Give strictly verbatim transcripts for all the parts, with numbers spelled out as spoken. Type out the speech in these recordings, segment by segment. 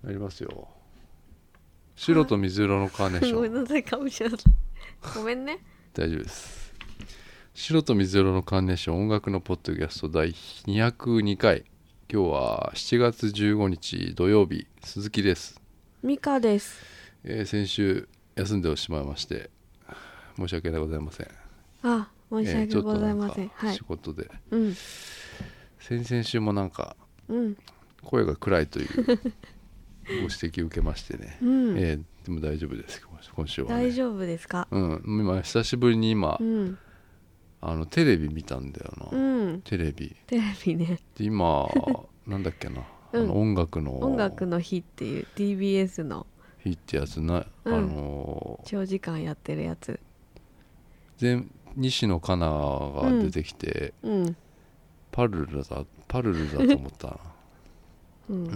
やりますよ。白と水色のカーネーション。 ごめんなさい、かもしれない。ごめんね。 大丈夫です。白と水色のカーネーション音楽のポッドキャストだいにひゃくにかい。今日はしちがつじゅうごにち土曜日、鈴木です。 ミカです、 えー、先週休んでしまいまして申し訳ございません。 あ、申し訳ございません、 えー、ちょっとなんか仕事で、 はい、うん、 先々週もなんかうん声が暗いというご指摘を受けましてね、 うんえー、でも大丈夫です。今週は、ね、 大丈夫ですか。 うん、今久しぶりに今、 うん、 あのテレビ見たんだよな、 うん、 テレビテレビね。 で今なんだっけな、うん、あの音楽の音楽の日っていう ティービーエス の日ってやつな、 うん、 あのー、 長時間やってるやつで西野カナが出てきて、 うんうん、 パルルだパルルだと思ったなうん、うん、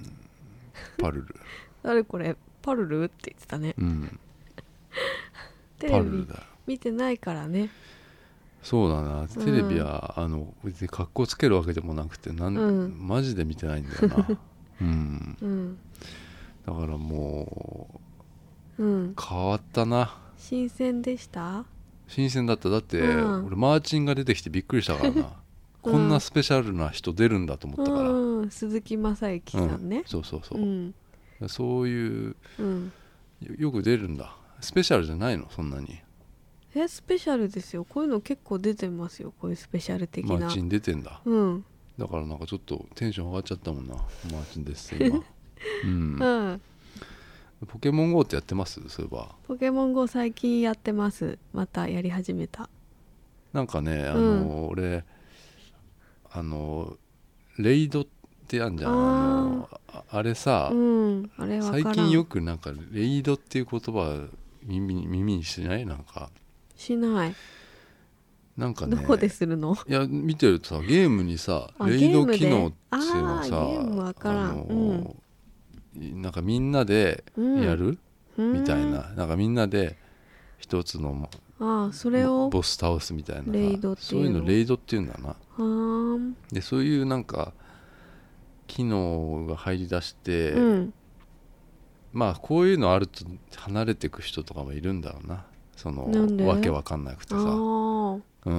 パルル誰これパルルって言ってたね、 うん、 テレビ見てないからね。 そうだな、テレビは、うん、あの別に格好つけるわけでもなくてなん、うん、マジで見てないんだよな、うんうん、だからもう、うん、変わったな。 新鮮でした。 新鮮だった。だって、うん、俺マーチンが出てきてびっくりしたからなこんなスペシャルな人出るんだと思ったから、 うん、鈴木雅之さんね、うん、 そうそうそう、うん、そういう、うん、よく出るんだ。スペシャルじゃないのそんなに。 えスペシャルですよ。こういうの結構出てますよ。こういうスペシャル的な。 マーチン出てんだ、うん、だからなんかちょっとテンション上がっちゃったもんな。マーチンです今、うん、うん、ポケモン ゴー ってやってます？そういえばポケモン ゴー 最近やってます。またやり始めた。 なんかねあの、うん、俺あのレイドってやんじゃん。 あ, あの あ, あれさ、うん、あれ最近よくなんかレイドっていう言葉耳に耳にしない？なんかしない。 なんかね、 どこでするの？ いや見てるとさゲームにさレイド機能っていうのさ、 ゲームわからん、あの、 うん、なんかみんなでやる、うん、みたいな、なんかみんなで一つのあそれをボス倒すみたいなレイドっていうの、 そういうのレイドっていうんだな。 はでそういうなんか機能が入り出して、うん、まあこういうのあると離れていく人とかもいるんだろうな。そのわけわかんなくてさ、うん、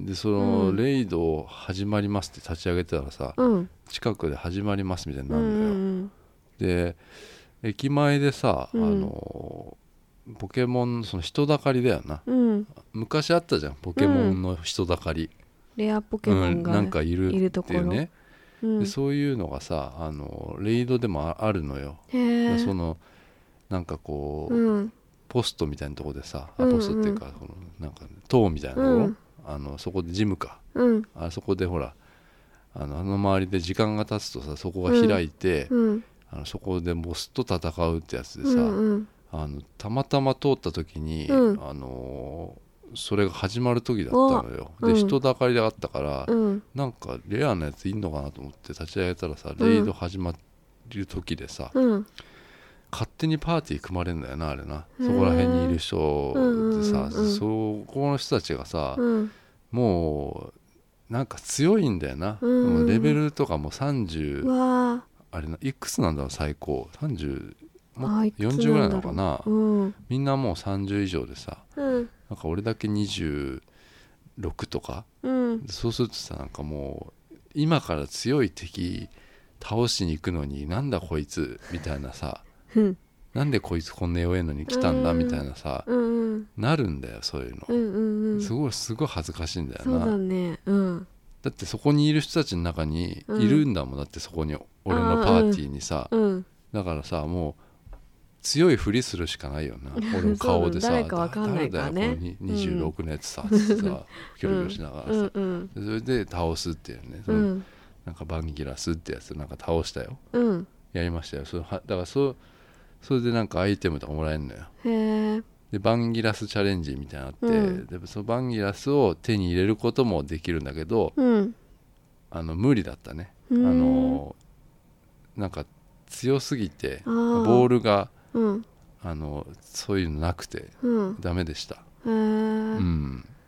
でその、うん、レイド始まりますって立ち上げてたらさ、うん、近くで始まりますみたいになるんだよ、うん、で駅前でさ、うん、あのポケモンその人だかりだよな、うん、昔あったじゃんポケモンの人だかり、 うん、レアポケモンが、うん、 なんかいるっていうね、うん、でそういうのがさあのレイドでも あ, あるのよ。でそのなんかこう、うん、ポストみたいなところでさ、うんうん、ポストっていうかこのなんか塔みたいなところ、うん、あのそこでジムか、うん、あそこでほらあのあの周りで時間が経つとさそこが開いて、うん、あのそこでボスと戦うってやつでさ、うんうん、あのたまたま通った時に、うん、あのそれが始まる時だったのよ。で、うん、人だかりであったから、うん、なんかレアなやついんのかなと思って立ち上げたらさ、レイド始まる時でさ、うん、勝手にパーティー組まれるんだよなあれな。そこら辺にいる人でさ、うんうん、そこの人たちがさ、うん、もうなんか強いんだよな、うん、もうレベルとかもさんじゅうあれないくつなんだろう最高さんじゅうもよんじゅうぐらいなのかな、うん、みんなもうさんじゅう以上でさ、うん、なんか俺だけにじゅうろくとか、うん、そうするとさなんかもう今から強い敵倒しに行くのになんだこいつみたいなさなんでこいつこんな弱いのに来たんだみたいなさ、うんうん、なるんだよそういうの、うんうんうん、すごいすごい恥ずかしいんだよな。 そうだね、うん、 だってそこにいる人たちの中にいるんだもん、うん、だってそこに俺のパーティーにさ、うん、だからさもう強いふりするしかないよな俺の顔でさ誰かわかんないからね、 誰だよこのにじゅうろくのやつさ、うん、ってさキョロキョロしながらさ、うんうんうん、それで倒すっていうね、うん、なんかバンギラスってやつなんか倒したよ、うん、やりましたよ。そだからそそれでなんかアイテムとかもらえるのよ。へでバンギラスチャレンジみたいなのあって、うん、でそのバンギラスを手に入れることもできるんだけど、うん、あの無理だったね。あのなんか強すぎてボールが、うん、あのそういうのなくて、うん、ダメでした。へうん、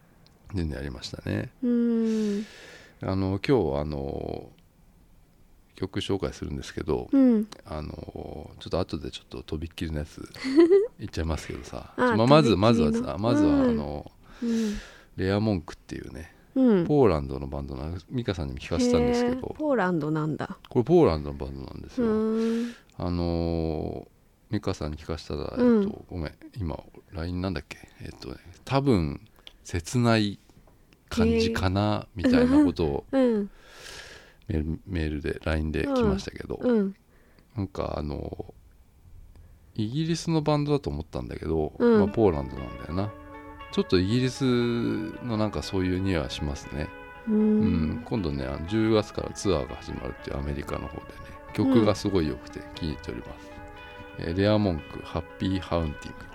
全然やりましたね。うんあの今日あの曲紹介するんですけど、 うん、 あのちょっと後でちょっととびっきりのやつ言っちゃいますけどさあまあ、まずまずはまずは、 うん、 あの、うん、レアモンクっていうね、 うん、 ポーランドのバンドのミカさんにも聞かせたんですけど、 ポーランドなんだ。 これポーランドのバンドなんですよ。あのミカさんに聞かせたら、えっと、うん、ごめん今 ライン なんだっけ、えっとね、多分切ない感じかなみたいなことを、うん、メ, ールメールで ライン で来ましたけど、うん、なんかあのイギリスのバンドだと思ったんだけど、うん、まあ、ポーランドなんだよな。ちょっとイギリスのなんかそういう匂いはしますね。うん、うん、今度ねあのじゅうがつからツアーが始まるっていうアメリカの方でね曲がすごい良くて気に入っております、うん、えー、レアモンクハッピーハウンティング。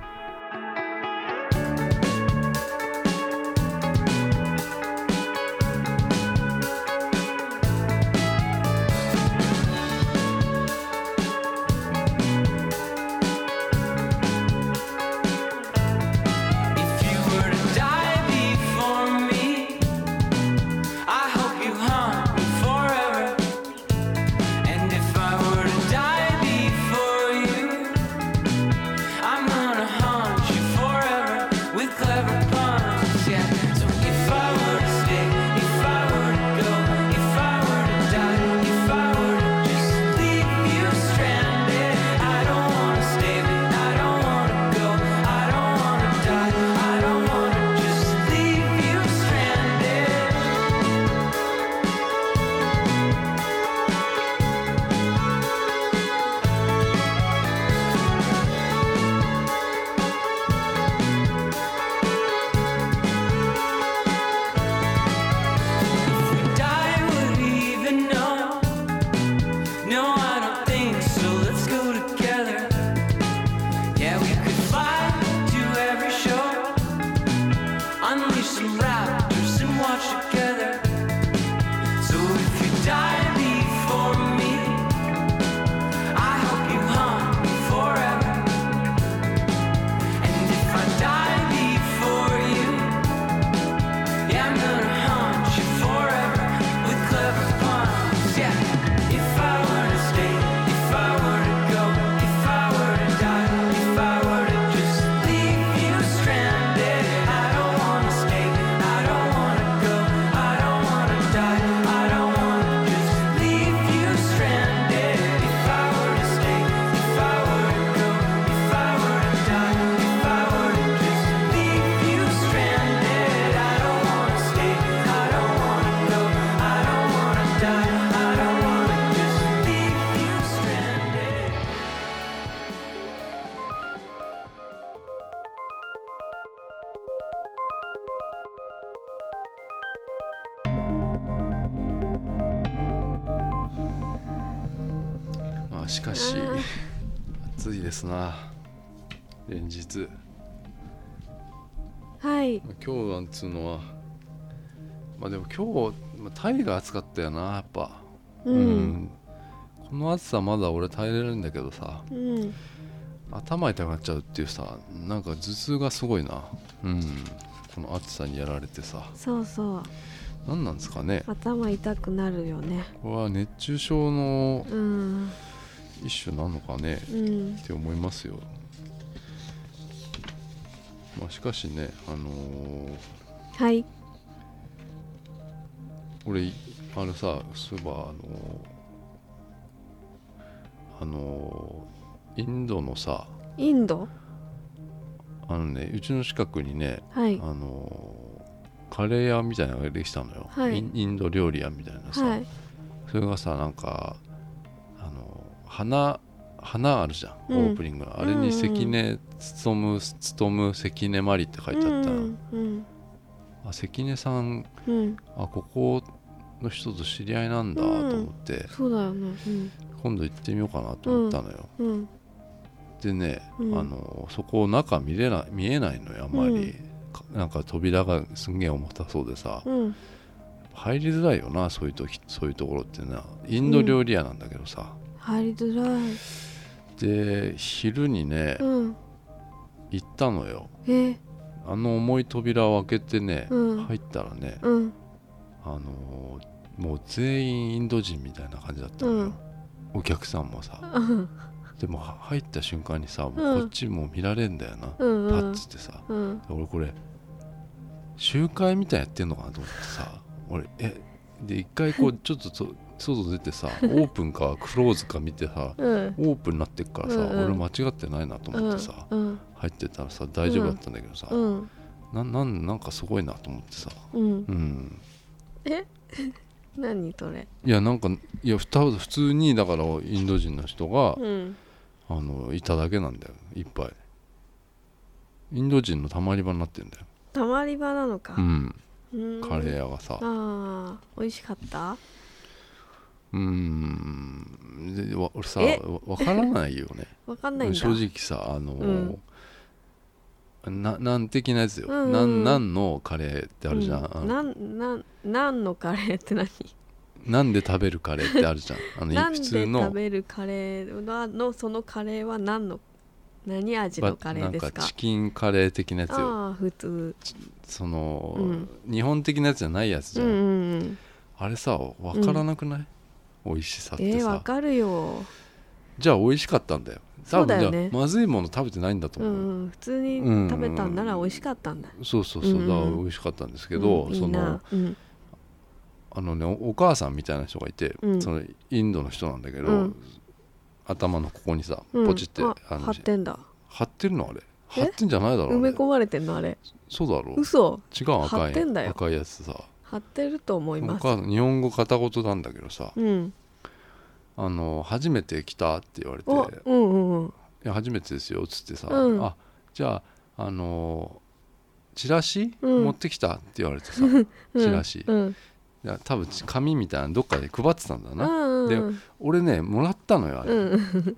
しかし暑いですな連日。 はい。 今日なんつうのはまあでも今日タイが暑かったよなやっぱ、うんうん、この暑さまだ俺耐えれるんだけどさ、うん、頭痛くなっちゃうっていうさなんか頭痛がすごいな、うん、この暑さにやられてさ。 そうそう何なんですかね頭痛くなるよね。 これは熱中症の一種なのかね、うん、って思いますよ。まあしかしねあのー、 はい俺あれさそういえばあのあのインドのさインドあのねうちの近くにね、 はい、 あのカレー屋みたいなのができたのよ、はい、インド料理屋みたいなさ、はい、それがさなんかあの花花あるじゃん、うん、オープニングのあれに関根勤勤関根麻里って書いてあったの、うんうん、あ関根さん、うん、あここの人と知り合いなんだと思って、うん、 そうだよね、うん、 今度行ってみようかなと思ったのよ、うんうん、でね、うん、あのそこ中見れな見えないのよあんまり、うん、なんか扉がすんげえ重たそうでさ、うん、入りづらいよなそういう時そういうところってなインド料理屋なんだけどさ、 うん、入りづらいで昼にね、うん、行ったのよ。 えあの重い扉を開けてね、うん、入ったらね、うん、あのもう全員インド人みたいな感じだったのよ、うん、お客さんもさ、うん、でも入った瞬間にさ、もうこっちもう見られんだよな、うん、パッつってさ、うん、俺これ集会みたいやってんのかなと思ってさ、俺えで一回こうちょっと外出てさオープンかクローズか見てさ、うん、オープンになってっからさ、うんうん、俺間違ってないなと思ってさ、うん、入ってたらさ大丈夫だったんだけどさ、うん、な, な, なんかすごいなと思ってさ、うんうん、 え何それ。 いやなんかいや普通にだからインド人の人が、うん、あのいただけなんだよ、いっぱい。インド人のたまり場になってんだよ。 たまり場なのか。 うん、カレー屋がさ。 あ美味しかった。 うーんで俺さわからないよねわかんないんだ正直さ、あのーうん、ななん的なやつよ、うんうん、なんなんのカレーってあるじゃん、うん、 なんなんなんのカレーって何なんで食べるカレーってあるじゃんあのなんで食べるカレーのそのカレーは何の何味のカレーですか。 なんかチキンカレー的なやつよ。 ああ普通その、うん、日本的なやつじゃないやつじゃん、うんうんうん、あれさ分からなくない、うん美味しさってさ。 えー、わかるよ。 じゃあ美味しかったんだよ。多分じゃあ、ね、まずいもの食べてないんだと思う、 うん、普通に食べたんなら美味しかったんだ、 うん、そうそうそう、うん、だから美味しかったんですけど、うん、その、うん、あのね お, お母さんみたいな人がいて、うん、そのインドの人なんだけど、うん、頭のここにさポチって、うん、 あ貼ってんだ。 貼ってるのあれ貼ってんじゃないだろう、 埋め込まれてんのあれ。 そうだろう。 嘘。 違う、赤い貼ってんだよ。 赤いやつさ貼ってると思います。 日本語片言なんだけどさ、うん、あの初めて来たって言われて、うんうんうん、いや初めてですよっつってさ、うん、あじゃあ、あのチラシ、うん、持ってきたって言われてさ、うん、チラシ、うん、いや多分紙みたいなのどっかで配ってたんだな、うんうん、で俺ねもらったのよあれ、うん、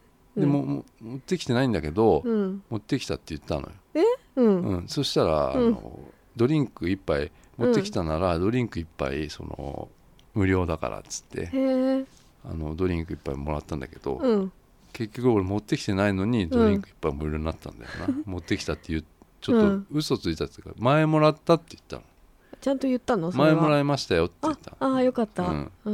でも、うん、持ってきてないんだけど、うん、持ってきたって言ったのよ。 え、うんうん、そしたら、うん、あのドリンク一杯持ってきたなら、うん、ドリンク一杯その無料だからっつってあのドリンク一杯もらったんだけど、うん、結局俺持ってきてないのにドリンク一杯無料になったんだよな、うん、持ってきたって言うちょっと嘘ついたっていうか前もらったって言ったの。 ちゃんと言ったのそれは。 前もらいましたよって言った。 ああよかった、うんうん、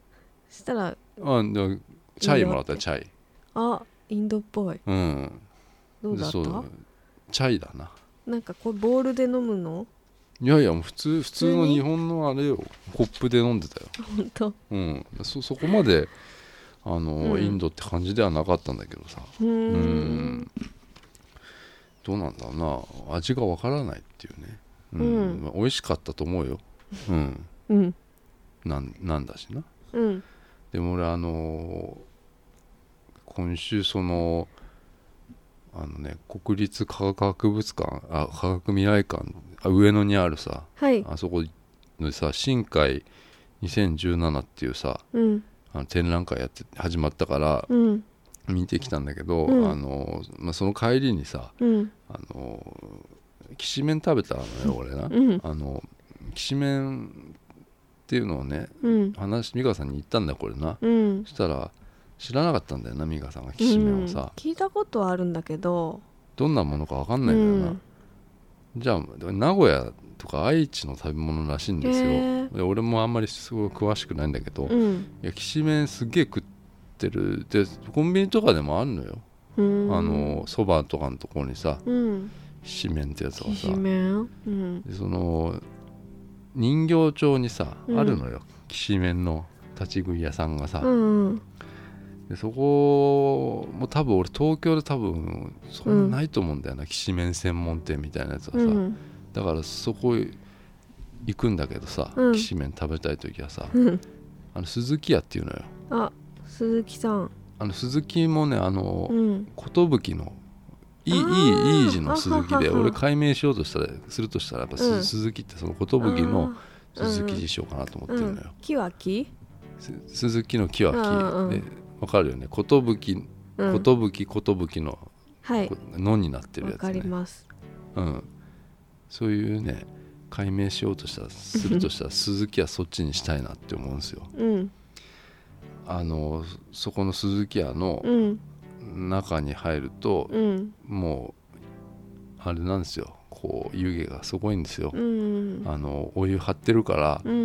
そしたらあでチャイもらった。チャイあインドっぽい、うん、どうだった。そうチャイだな。 なんかこれボールで飲むの。 いやいやもう普通普通の日本のあれよコップで飲んでたよ。 本当。 うん そ, そこまであの、うん、インドって感じではなかったんだけどさ。うーんうんどうなんだろうな味がわからないっていうね、うんうんまあ、美味しかったと思うよ、うんうん、な, なんだしな、うん、でも俺あの今週そのあのね国立科学博物館あ科学未来館あ上野にあるさ、はい、あそこのさ深海にせんじゅうななっていうさ、うん、あの展覧会やって始まったから、うん、見てきたんだけど、うん、あのまあ、その帰りにさ、うん、あのきしめん食べたのよ俺な、うん、あのきしめんっていうのをね、うん、話美香さんに言ったんだよこれな、うん、そしたら知らなかったんだよな美香さんがきしめんをさ、 うん、聞いたことはあるんだけどどんなものか分かんないんだよな、うん、じゃあ名古屋とか愛知の食べ物らしいんですよ。で俺もあんまりすごい詳しくないんだけど、うん、いやきしめんすげえ食ってるでコンビニとかでもあるのよ、うん、あのそばとかのところにさ、うん、きしめんってやつがさきしめん、うん、でその人形町にさ、うん、あるのよきしめんの立ち食い屋さんがさ、うん、でそこも多分俺東京で多分そんなないと思うんだよな、うん、きしめん専門店みたいなやつがさ、うん、だからそこ行くんだけどさ、うん、きしめん食べたい時はさ、うん、あの鈴木屋っていうのよ。 あ鈴木さんあの鈴木もねあの、うん、寿のいいいいいい字の鈴木で俺解明しようとしたらするとしたらやっぱ、うん、鈴木ってその寿の鈴木にしようかなと思ってるのよ、うん、 木は木鈴木の木は木、うん、で分かるよね寿寿寿の、はい、のになってるやつね。分かります、うん、そういうね解明しようとしたらするとしたら鈴木はそっちにしたいなって思うんですよ、うん、あのそこの鈴木屋の中に入ると、うん、もうあれなんですよこう湯気がすごいんですよ、うん、あのお湯張ってるから、うん、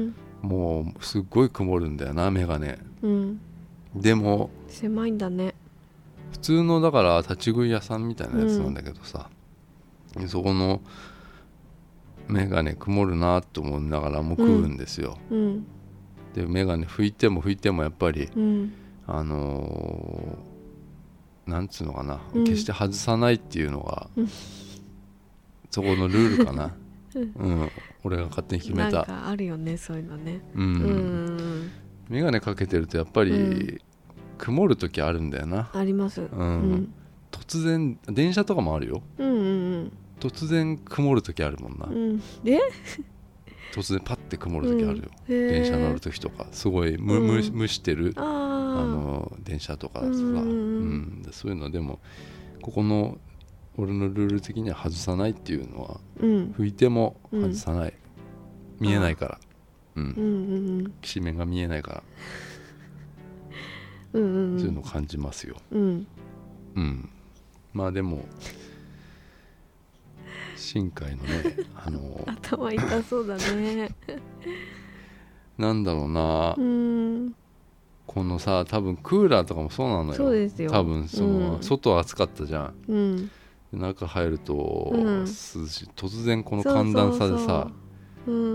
もうすっごい曇るんだよな眼鏡、うん、でも狭いんだね。 普通のだから立ち食い屋さんみたいなやつなんだけどさ、うん、そこの眼鏡曇るなと思いながらも食うんですよ、うんうん、で眼鏡拭いても拭いてもやっぱり、うん、あのー、なんつうのかな、うん、決して外さないっていうのが、うん、そこのルールかな、うん、俺が勝手に決めた。 なんかあるよねそういうのね、うん、うん、眼鏡かけてるとやっぱり、うん、曇る時あるんだよな。 あります、 うんうん、突然電車とかもあるよ、うんうんうん、突然曇る時あるもんな、うん、 え突然パッて曇る時あるよ、うん、電車乗る時とかすごいむ、うん、蒸してる あ, あの電車とかさ、うんうん、そういうのでもここの俺のルール的には外さないっていうのは、うん、拭いても外さない、うん、見えないから、うんうんうん、きしめんが見えないからうんうん、うん、そういうのを感じますよ、うんうん、まあでも新海のねあの頭痛そうだねなんだろうな、うん、このさ多分クーラーとかもそうなのよ。 そうですよ多分その、うん、外は暑かったじゃん、うん、中入ると、うん、涼しい。突然この寒暖差でさ、そうそうそう、うん、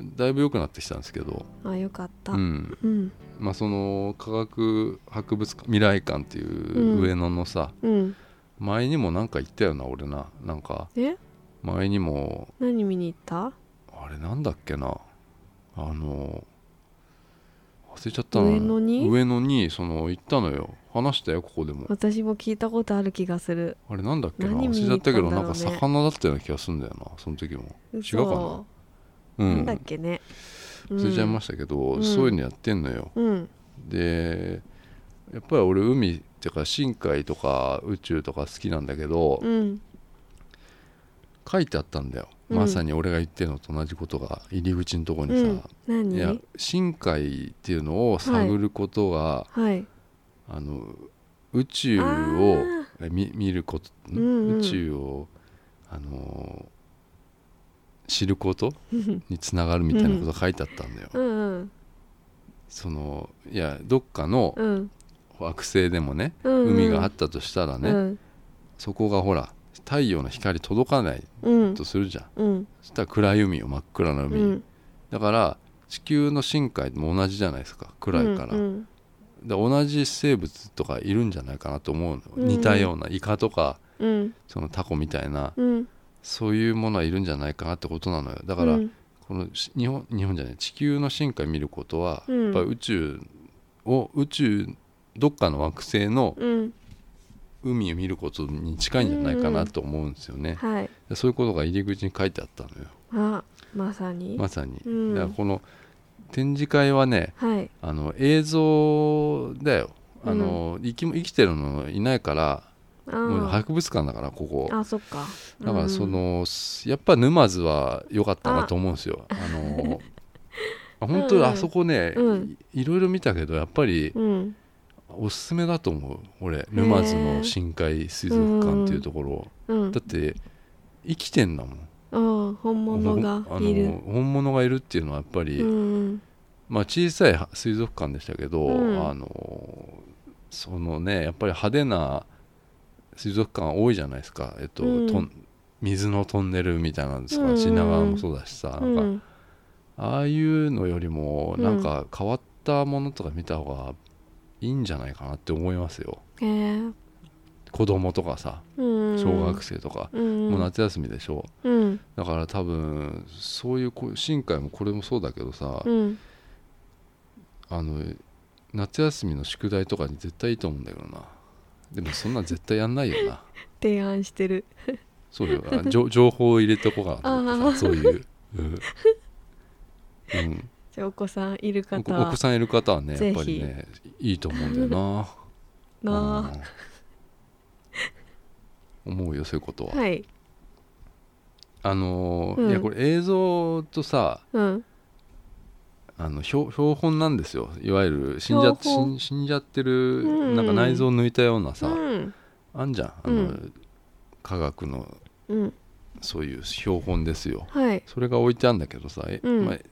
だいぶ良くなってきたんですけど、 あよかった、 うんうん、まあその科学博物館未来館っていう上野のさ、うん、前にもなんか行ったよな俺な。なんかえ前にも何見に行った？ あれなんだっけな、あの忘れちゃったな。 上野に上野にその行ったのよ。話したよここでも。 私も聞いたことある気がする。 あれなんだっけな、忘れちゃったけど、なんか魚だったような気がするんだよなその時も。違うかな、 うん、なんだっけね、 忘れちゃいましたけど、うん、そういうのやってんのよ、うん、でやっぱり俺海っていうか深海とか宇宙とか好きなんだけど、うん、書いてあったんだよ、うん、まさに俺が言ってるのと同じことが入り口のとこにさ、うん、 何？ いや深海っていうのを探ることが、はいはい、あの宇宙を 見, 見ること、うんうん、宇宙をあの知ることにつながるみたいなことが書いてあったんだよ、うんうん、そのいやどっかの惑星でもね、うんうん、海があったとしたらね、うん、そこがほら太陽の光届かないとするじゃん、うん、そしたら暗い海よ、真っ暗な海、うん、だから地球の深海も同じじゃないですか、暗いから、うんうん、で同じ生物とかいるんじゃないかなと思うの、うんうん、似たようなイカとか、うん、そのタコみたいな、うん、そういうものはいるんじゃないかなってことなのよ。だから、うん、この日本、日本じゃない地球の深海見ることは、うん、やっぱり宇宙を宇宙どっかの惑星の海を見ることに近いんじゃないかなと思うんですよね、うんうん、はい、そういうことが入り口に書いてあったのよ。 あ、まさにまさに、うん、だからこの展示会はね、はい、あの映像だよ、あの、うん、生き、生きてるのいないから、もう博物館だからここ。 あ、そっか。 だからその、うん、やっぱ沼津は良かったなと思うんですよ。あの本当にあそこね、うん、いろいろ見たけどやっぱり、うん、おすすめだと思う俺。沼津の深海水族館っていうところ、うん、だって生きてんだもん。 あ、本物がいる。 あの本物がいるっていうのはやっぱり、うん、まあ小さい水族館でしたけど、うん、あのそのねやっぱり派手な水族館多いじゃないですか、えっとうん、と水のトンネルみたいなんですか、うん、品川もそうだしさ、うん、なんかああいうのよりもなんか変わったものとか見た方がいいんじゃないかなって思いますよ、 うん、 子供とかさ、うん、小学生とか、うん、もう夏休みでしょ、うん、だから多分そういう深海もこれもそうだけどさ、うん、あの夏休みの宿題とかに絶対いいと思うんだけどな。でもそんなん絶対やんないよな提案してるそうよ、情報を入れておこうかなと思ってさ、そういう、うんうん、 じゃあお子さんいる方はお子さんいる方はねやっぱりねいいと思うんだよななあ、 うん、思うよそういうことは。 はい、 あのーうん、いやこれ映像とさ、うん、あの 標, 標本なんですよ。いわゆる死んじゃ死ん、死んじゃってる、うん、なんか内臓を抜いたようなさ、うん、あんじゃんあの、うん、科学の、うん、そういう標本ですよ、はい、それが置いてあるんだけどさ、うん、まあ、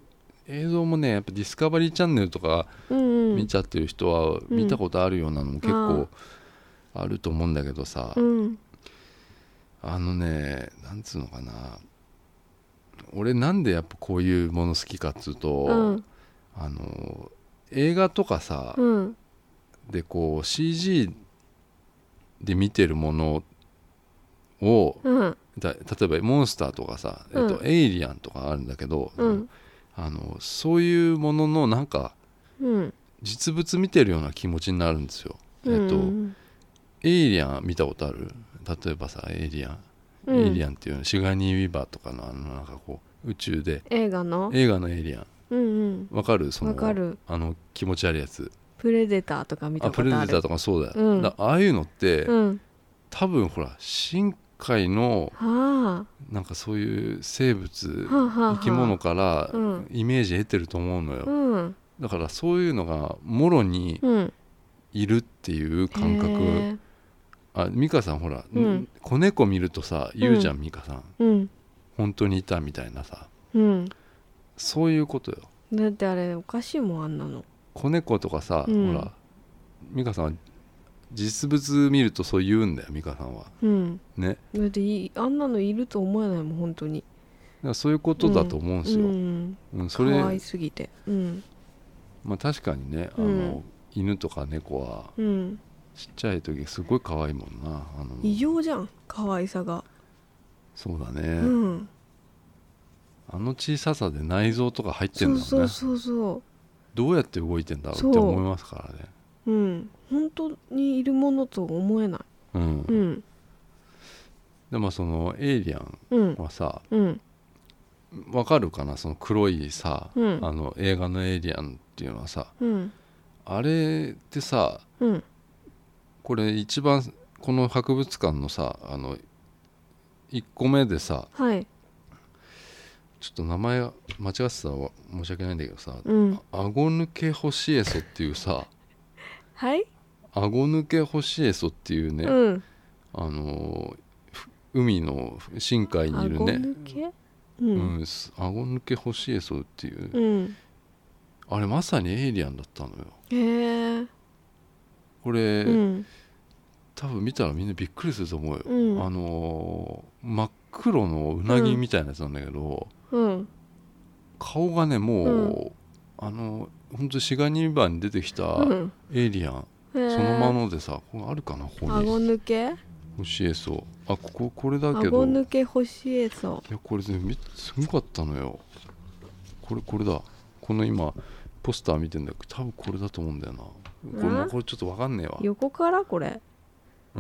映像もねやっぱディスカバリーチャンネルとか見ちゃってる人は見たことあるようなのも結構あると思うんだけどさ、 うん、 あのねなんつうのかな、俺なんでやっぱこういうもの好きかっつうと、うん、あの映画とかさ、うん、でこう シージー で見てるものを、うん、だ例えばモンスターとかさ、えっと、エイリアンとかあるんだけど、うん、あのそういうもののなんか、うん、実物見てるような気持ちになるんですよ、うん、えっとエイリアン見たことある？例えばさエイリアン、うん、エイリアンっていうのシガニー・ウィバーとかのあのなんかこう宇宙で映画の映画のエイリアン、うんうん、わかる？そのわかる、 あの気持ち悪いやつ、 プレデターとか見たことある。 あプレデターとかそうだよ、うん、だああいうのって、うん、多分ほら深海のなんかそういう生物、はあはあ、生き物からイメージ得てると思うのよ、うん、だからそういうのがもろにいるっていう感覚、うん、あ美香さんほら、うん、子猫見るとさ言うじゃん、うん、美香さん、うん、本当にいたみたいなさ、うん、そういうことよ。 だってあれおかしいもんあんなの。 子猫とかさ、うん、ほら美香さんは実物見るとそう言うんだよ美香さんは、うん、ね。 だっていあんなのいると思えないもん本当に。だからそういうことだと思うんですよ、うんうん、それ可愛すぎて、うん、 まあ確かにねあの、うん、犬とか猫は、うん、ちっちゃい時すごい可愛いもんな。あの異常じゃん可愛さが。 そうだね、うん、あの小ささで内臓とか入ってんだもんね。 そうそうそうそう、どうやって動いてんだろうって思いますからね。 うん、本当にいるものと思えない、うんうん、 でもそのエイリアンはさ、うん、わかるかな、その黒いさ、うん、あの映画のエイリアンっていうのはさ、うん、あれってさ、うん、これ一番この博物館のさあのいっこめでさ、はい、ちょっと名前間違ってたら申し訳ないんだけどさ、うん、アゴヌケホシエソっていうさはいアゴヌケホシエソっていうね、うん、あの海の深海にいるね、アゴヌケ、うんうん、アゴヌケホシエソっていう、うん、あれまさにエイリアンだったのよ。へえ。これ、うん、多分見たらみんなびっくりすると思うよ、うん、あの真っ黒のうなぎみたいなやつなんだけど、うん、顔がねもう、うん、あの本当シガニーバーに出てきたエイリアン、うん、そのままでさ、ここあるかな、ここにアゴヌケホシエソ、あこここれだけどアゴヌケホシエソ、 いやこれねすごかったのよ。これこれだ、この今ポスター見てんだけど多分これだと思うんだよな。これこれちょっと分かんねえわ。 横からこれ、うん、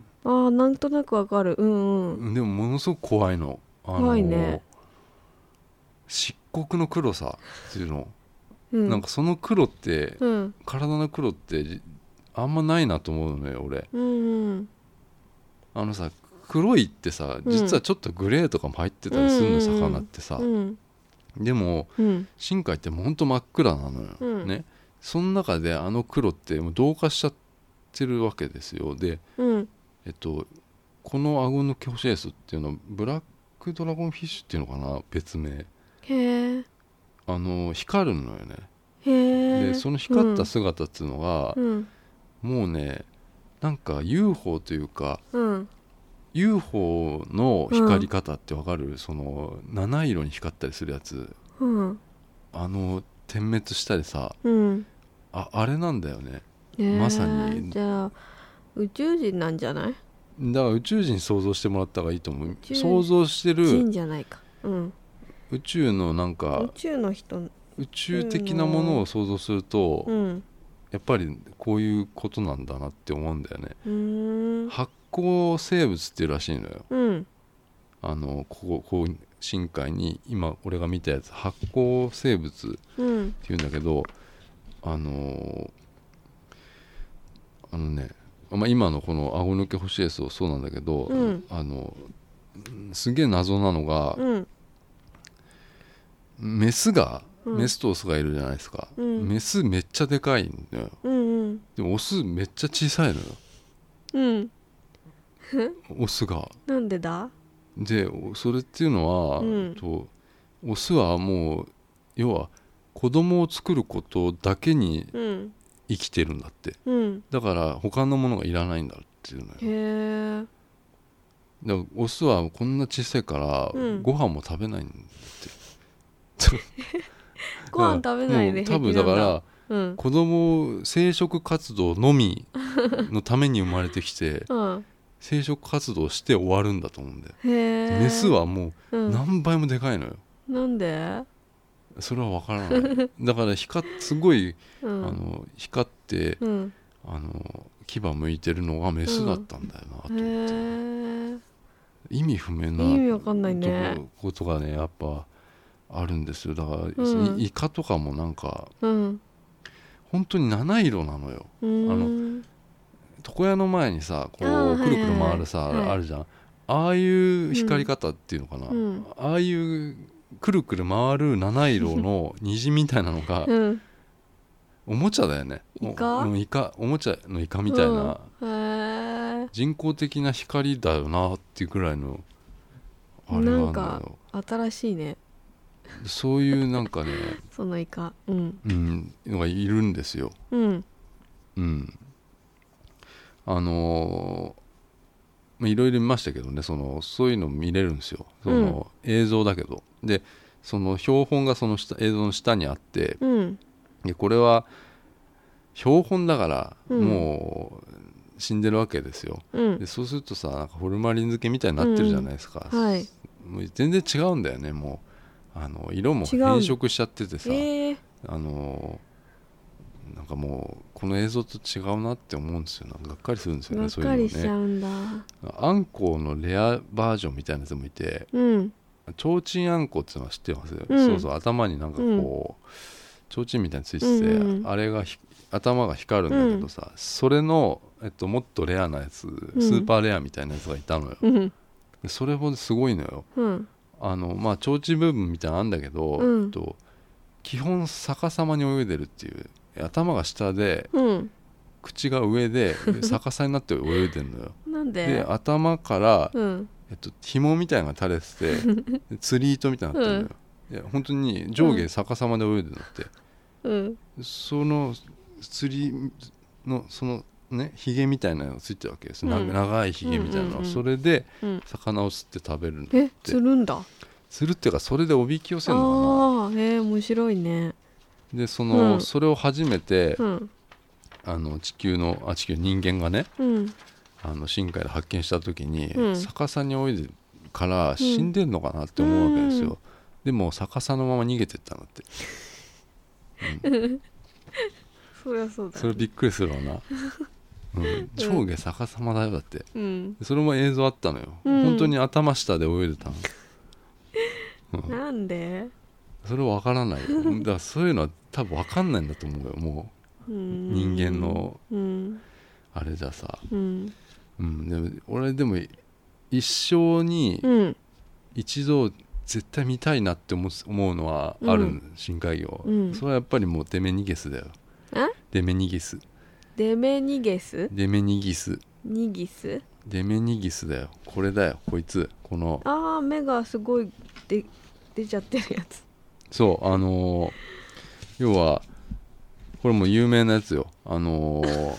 ああなんとなく分かる、うんうん、 でもものすごく怖いの、あのー、 怖いね。 漆黒の黒さっていうの、うん、なんかその黒って、うん、体の黒ってあんまないなと思うのよ俺、うんうん、あのさ黒いってさ実はちょっとグレーとかも入ってたりするのよ、うん、魚ってさ、うん、でも、うん、深海ってもうほんと真っ暗なのよ、うん、ね。その中であの黒ってもう同化しちゃってるわけですよ。で、うん、えっとこのアゴヌケホシエソっていうのはブラックドラゴンフィッシュっていうのかな、別名。へえ。あの光るのよね。へえ。でその光った姿っていうのが、うん、もうねなんか ユーフォー というか、うん、ユーフォー の光り方ってわかる、うん、その七色に光ったりするやつ、うん、あの点滅したりさ、うん、あ, あれなんだよね、えー、まさに。 じゃあ宇宙人なんじゃない？ だから宇宙人想像してもらった方がいいと思う。想像してる人じゃないか、うん、 宇宙のなんか宇宙の人、 宇宙的なものを想像すると、うん、やっぱりこういうことなんだなって思うんだよね。うーん、発光生物っていうらしいのよ、うん、あのこここう深海に今俺が見たやつ発光生物っていうんだけど、うん、あのあのね、まあ、今のこのアゴヌケホシエソそうなんだけど、うん、あのすげえ謎なのが、うん、メスが、うん、メスとオスがいるじゃないですか、うん、メスめっちゃでかいんだよ、うんうん、でもオスめっちゃ小さいのよ、うんオスが。 なんでだ？ でそれっていうのは、うん、とオスはもう要は子供を作ることだけにうん生きてるんだって、 うん、 だから他のものがいらないんだっていうのよ。 へえ。 だからオスはこんな小さいから、うん、ご飯も食べないんだってご飯食べないで平気なんだ。多分だから、うん、子供生殖活動のみのために生まれてきて、うん、生殖活動して終わるんだと思うんだよ。へメスはもう何倍もでかいのよ、 うん、なんでそれは分からないだから光すごい、うん、あの光って、うん、あの牙向いてるのがメスだったんだよなと思って、うん、意味不明な意味わかんないねことがねやっぱあるんですよ。だから、うん、イカとかもなんか、うん、本当に七色なのよ。あの床屋の前にさこうくるくる回るさ、はいはい、あるじゃん。ああいう光り方っていうのかな、うん、ああいうくるくる回る七色の虹みたいなのが、うん、おもちゃだよね。 イカ？ イカおもちゃのイカみたいな、うん、人工的な光だよなっていうくらいのあれなんだよ。なんか新しいね。 そういうなんかねそのイカ、うんうん、のがいるんですよ。うんうんあのー、いろいろ見ましたけどね、そのそういうの見れるんですよ。その、うん、映像だけど、でその標本がその下映像の下にあって、うん、でこれは標本だから、うん、もう死んでるわけですよ、うん、でそうするとさなんかホルマリン漬けみたいになってるじゃないですか、うんはい、もう全然違うんだよね。もうあの色も変色しちゃっててさ、えー、あのなんかもうこの映像と違うなって思うんですよ。なんかがっかりするんですよね。 がっかりしちゃうんだ。 あんこうのレアバージョンみたいなやつもいて、うん、ちょうちんあんこっていうのは知ってます、うん、そうそう頭になんかこう、ちょうちんみたいについてて、うんうん、あれが頭が光るんだけどさ、うん、それの、えっと、もっとレアなやつ、うん、スーパーレアみたいなやつがいたのよ、うん、それもすごいのよ、うん、あのまあちょうちん部分みたいなのあるんだけど、うんえっと、基本逆さまに泳いでるっていう、頭が下で、うん、口が上で逆さになって泳いでるのよなんで？ で頭から、うんえっと、紐みたいなのが垂れてて釣り糸みたいになってるのよ、うん、いや本当に上下逆さまで泳いでるのって、うん、その釣りのそのねヒゲみたいなのがついてるわけです、うん、長いヒゲみたいなの、うんうんうん、それで魚を釣って食べるのって、 え釣るんだ釣るっていうかそれでおびき寄せるのかな。 あーへー面白いね。 でその、うん、それを初めて、うん、あの地球のあ地球人間がね、うん、あの深海で発見した時に、うん、逆さに泳いでるから死んでんのかなって思うわけですよ、うん、でも逆さのまま逃げてったのって、 うん、そりゃそうだ、ね、 それびっくりするわな、うん、上下逆さまだよだって、うん、それも映像あったのよ、うん、本当に頭下で泳いでたの、 うん、なんでそれは分からないよだからそういうのは多分分かんないんだと思うよ。もう人間のあれじゃさ、うんうん、でも俺でも一生に一度絶対見たいなって思うのはある、うん、深海魚、うん、それはやっぱりもうデメニゲスだよ。デメニゲスデメニゲスデメニギスニギスデメニギスだよ。これだよこいつ。このあー目がすごいで出ちゃってるやつ。 そうあのー、要はこれも有名なやつよ。あのー、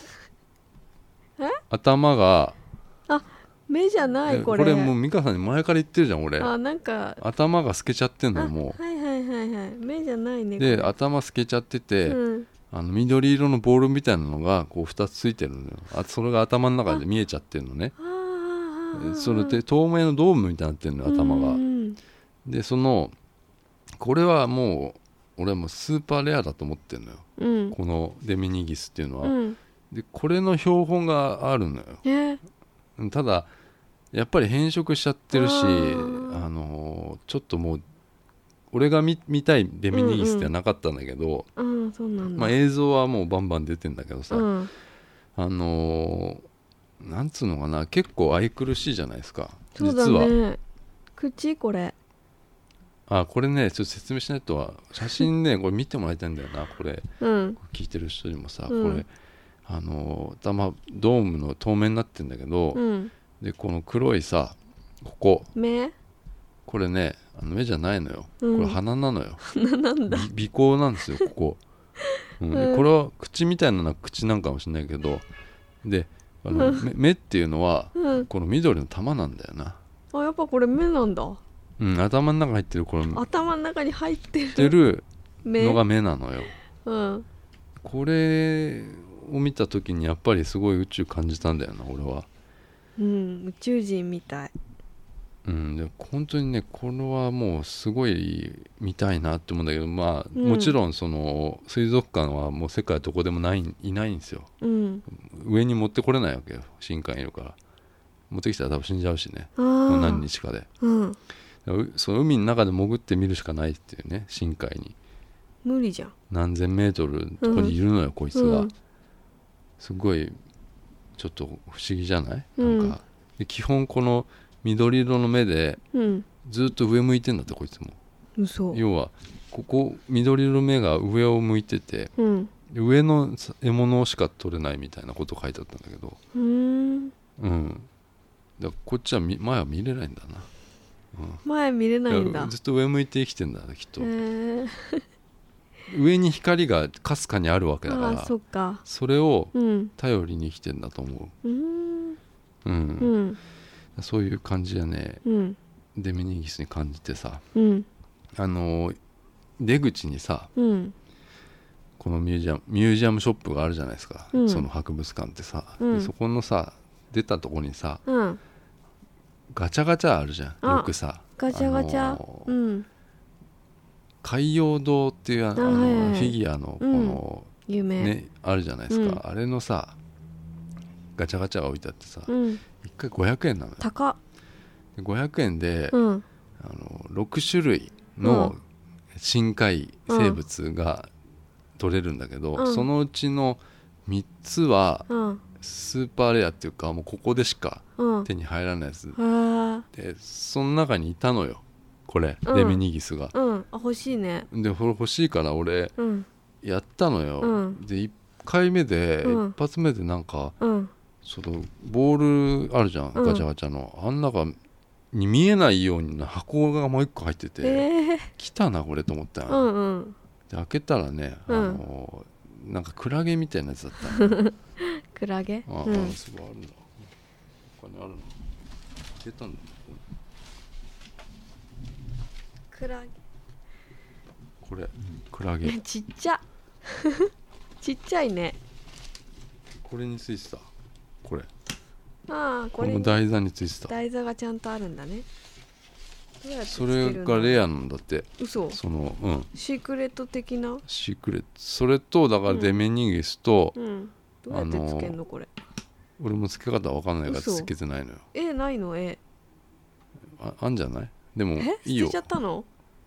頭があ目じゃないこれ。 これもう美香さんに前から言ってるじゃん俺。 あなんか頭が透けちゃってんのよもう。 はいはいはいはい目じゃないね。 で頭透けちゃってて、うん、あの緑色のボールみたいなのがこうふたつついてるのよ。あそれが頭の中で見えちゃってるのね。それで透明のドームみたいになってるのよ頭が。でそのこれはもう俺はもうスーパーレアだと思ってるのよ、うん、このデメニギスっていうのは、うん、でこれの標本があるのよ、えー、ただやっぱり変色しちゃってるし、あのちょっともう俺が 見, 見たいデメニギスってなかったんだけど、 うんうんそうなんだ、 まあ、映像はもうバンバン出てんだけどさ、うん、あのなんつうのかな結構愛くるしいじゃないですか。 そうだね、実は口これあこれねちょっと説明しないとは写真ねこれ見てもらいたいんだよなこれ、うん、聞いてる人にもさ、うん、これあの頭ドームの透明になってるんだけど、うん、でこの黒いさここ目これねあの目じゃないのよ、 うん、 これ鼻なのよ。 鼻なんだ。 鼻孔なんですよここ、うん、でこれは口みたいなのは口なんかもしれないけど、であの、うん、目, 目っていうのは、うん、この緑の玉なんだよな。 あ、やっぱこれ目なんだ。 うん、頭の中に入ってるこれ頭の中に入ってるてるのが目なのよ、 うん、 これを見た時にやっぱりすごい宇宙感じたんだよな俺は。 うん、宇宙人みたい。 うん、で本当にねこれはもうすごい見たいなって思うんだけど、まあ、うん、もちろんその水族館はもう世界どこでもないいないんですよ、うん、上に持ってこれないわけよ、深海にいるから。持ってきたら多分死んじゃうしね、もう何日かで、うん、その海の中で潜って見るしかないっていうね、深海に無理じゃん。 何千メートルのとこにいるのよ、うん、こいつが、うん、すごいちょっと不思議じゃない、うん、なんかで基本この緑色の目で、うん、ずっと上向いてんだってこいつも。 嘘。 要はここ緑色の目が上を向いてて、うん、上の獲物しか取れないみたいなこと書いてあったんだけど、うーん、うん、だからこっちは前は見れないんだな、 うん、前見れないんだ。 ずっと上向いて生きてんだきっと。上に光がかすかにあるわけだから、 あ、そっか、 それを頼りに生きてんだと思う、うん、うんうん、そういう感じやね、うん、デメニギスに感じてさ、うん、あの出口にさ、うん、このミュージアムミュージアムショップがあるじゃないですか、うん、その博物館ってさ、うん、でそこのさ出たとこにさ、うん、ガチャガチャあるじゃん、よくさガチャガチャ、あのーうん、 海洋堂っていうあの、あの、はいはい、フィギュアのこの、うん、有名、ね、あるじゃないですか、うん、あれのさガチャガチャが置いてあってさ、うん、いっかいごひゃくえんなのよ。 高っ。 ごひゃくえんで、うん、あのろく種類の深海生物が取れるんだけど、うん、そのうちのみっつはスーパーレアっていうか、もうここでしか手に入らないやつ、うん、でその中にいたのよこれ、うん、デメニギスが、 うん、あ欲しいね。 でこれ欲しいから俺、うん、やったのよ、うん、でいっかいめで、うん、一発目でなんか、うん、そのボールあるじゃん、ガチャガチャの、あん中に見えないように箱がもう一個入ってて、えー、来たなこれと思ったの、うんうん、で開けたらね、あのーうん、なんかクラゲみたいなやつだったのクラゲ、 あ、うん、すごいあるんだ、他にあるの開けたんだ、 クラゲ、 これクラゲちっちゃちっちゃいね。 これについてた、これ、 ああ、これこれも台座についてた。 台座がちゃんとあるんだね。 どうやってつけるんだ。それがレアなんだって。 嘘。 その、うん、 シークレット的な。 シークレット、それとだからデメニギスと、 うんうん、どうやってつけるのこれ。 俺もつけ方わかんないからつけてないのよ。 え、ないの、えあ, あんじゃない。でもいいよ。 捨てちゃったの。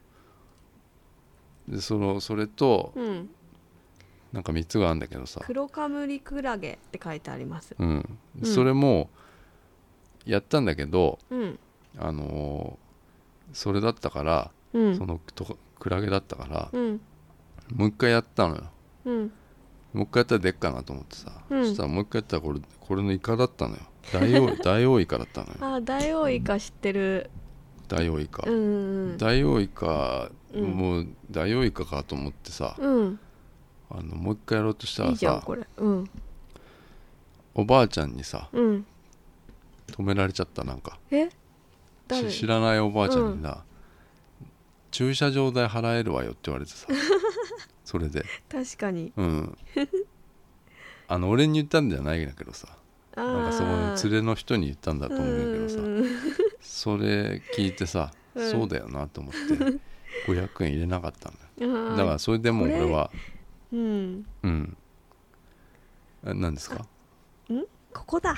でそのそれと、うん、なんかみっつがあるんだけどさ、 黒カムリクラゲって書いてあります、 うん、それもやったんだけど、うん、あのー、それだったから、うん、そのとクラゲだったから、うん、もう一回やったのよ、うん、もう一回やったらでっかなと思ってさ、うん、そしたらもう一回やったらこれ、これのイカだったのよ、ダイオウダイオウイカだったのよ。 あ、ダイオウイカ知ってる。 ダイオウイカ、 うんうん、 ダイオウイカ、うん、もうダイオウイカかと思ってさ、うん、あのもう一回やろうとしたらさ、いいじゃんこれ、うん、おばあちゃんにさ、うん、止められちゃった。なんかえ知らないおばあちゃんにな、うん、駐車場代払えるわよって言われてさそれで確かに、 うん、あの俺に言ったんじゃないんだけどさ、なんかその連れの人に言ったんだと思うんだけどさ、それ聞いてさ、うん、そうだよなと思ってごひゃくえん入れなかったんだよ。だからそれでも俺はうんうん、何ですか。 んここだ。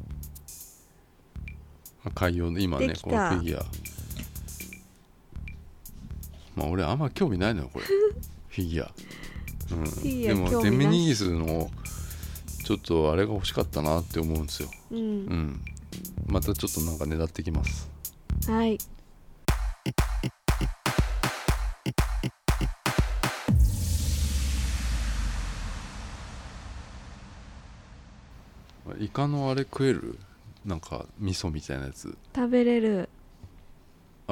海洋で今ねこのフィギュア、まあ俺あんま興味ないのよこれフィギュア、うん、フィギュアでもデメニギスのちょっとあれが欲しかったなって思うんですよ、うん、うん、またちょっとなんかねだってきます。 はい。 イカのあれ食える？なんか味噌みたいなやつ食べれる。 あれ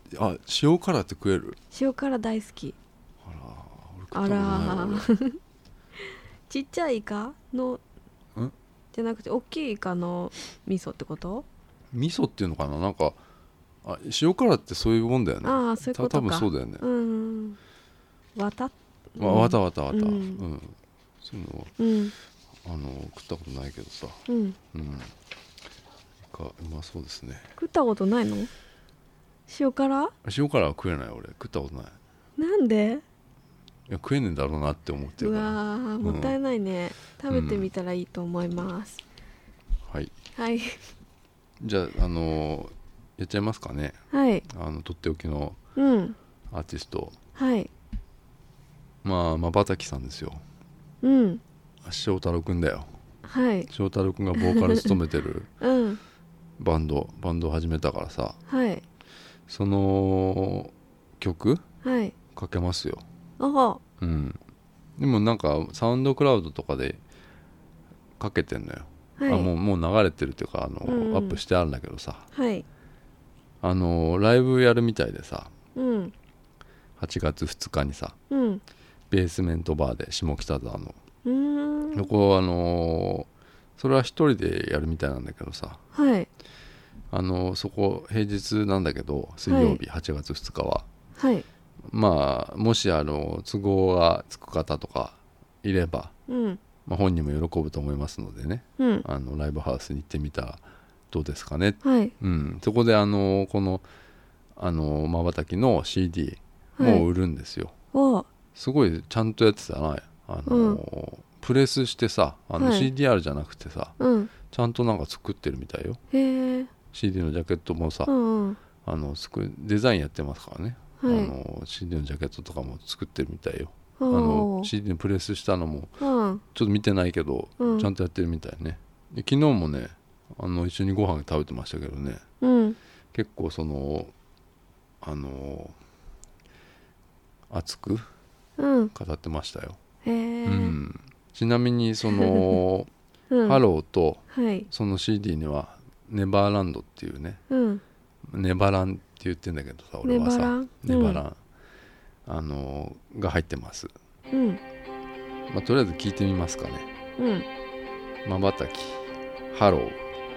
あ、塩辛って食える？ 塩辛大好き。 あら、俺食ったことないわ。 あらちっちゃいイカのんじゃなくて大きいイカの味噌ってこと？ 味噌っていうのかな、なんかあ塩辛ってそういうもんだよね。 ああ、そういうことか。 多分そうだよね。 うん。わた、 うん、わたわたわた、うん、うん、そういうの、 うん、 あの食ったことないけどさ、 うん、うん、 かうまそうですね。 食ったことないの？塩辛？ 塩辛は食えない。俺食ったことない。 なんで？ いや食えねえんだろうなって思ってるから。 うわー、もったいないね、うん、食べてみたらいいと思います、 うん、はいはいじゃあ、あのー、やっちゃいますかね。 はいあのとっておきのアーティスト、 うん、はいまあまばたきさんですよ。 うん翔太郎くんだよ。 はい翔太郎くんがボーカル務めてるうんバンドバンドを始めたからさ、 はいその曲はいかけますよ。 あうん、でもなんかサウンドクラウドとかでかけてんのよ、はい、あもう、もう流れてるっていうかあの、うん、アップしてあるんだけどさ、 はい、 あのライブやるみたいでさ、 うん、 はちがつふつかにさ、 うん、 ベースメントバーで下北沢のうーんそこあのそれは一人でやるみたいなんだけどさ、 はい、 あのそこ平日なんだけど水曜日、はい、はちがつふつかは、 はい、 まあもしあの都合がつく方とかいれば、 うんまあ、本人も喜ぶと思いますのでね、うん、あのライブハウスに行ってみたらどうですかね、 はいうん、 そこであのこのまばたきの シーディー も売るんですよ、はい、すごいちゃんとやってたなあの、うん、プレスしてさあの シーディーアール じゃなくてさ、はい、ちゃんとなんか作ってるみたいよ。 へーシーディー のジャケットもさ、 うんうん、 あのデザインやってますからね、はい、あの シーディー のジャケットとかも作ってるみたいよ。あの シーディー のプレスしたのもちょっと見てないけど、うん、ちゃんとやってるみたいね。で昨日もねあの一緒にご飯食べてましたけどね、うん、結構そのあの熱く語ってましたよ、うん、へー、うん、ちなみにその、うん、ハローと、はい、その シーディー にはネバーランドっていうね、うん、ネバランって言ってんだけどさ俺はさネバラン、ネバラン、うん、あのが入ってます、うんまあ、とりあえず聞いてみますかね。まばたきハロー。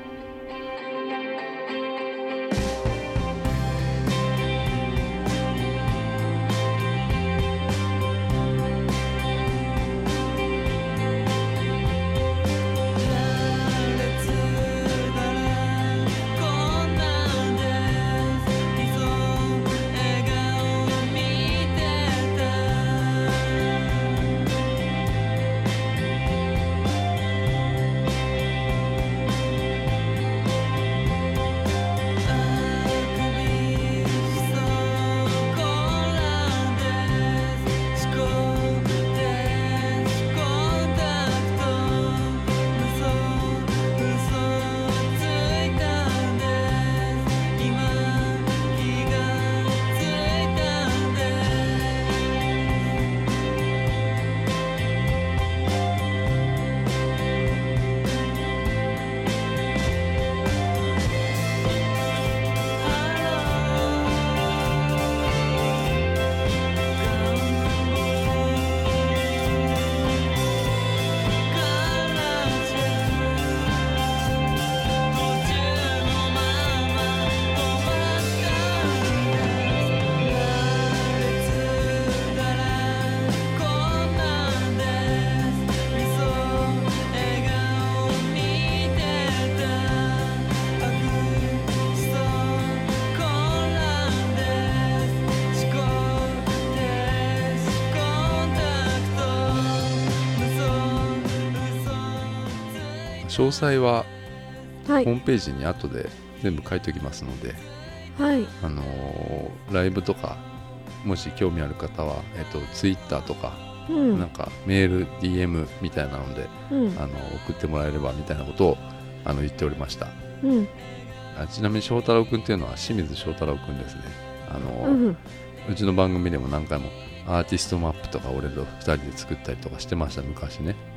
詳細はホームページに後で全部書いておきますので、はい、あのー、ライブとかもし興味ある方は、えっと、ツイッターとか、うん、なんかメール ディーエム みたいなので、うん、あの送ってもらえればみたいなことをあの言っておりました、うん、あちなみに翔太郎くんっていうのは清水翔太郎くんですね。あのーうん、うちの番組でも何回もアーティストマップとか俺とふたりで作ったりとかしてました昔ね。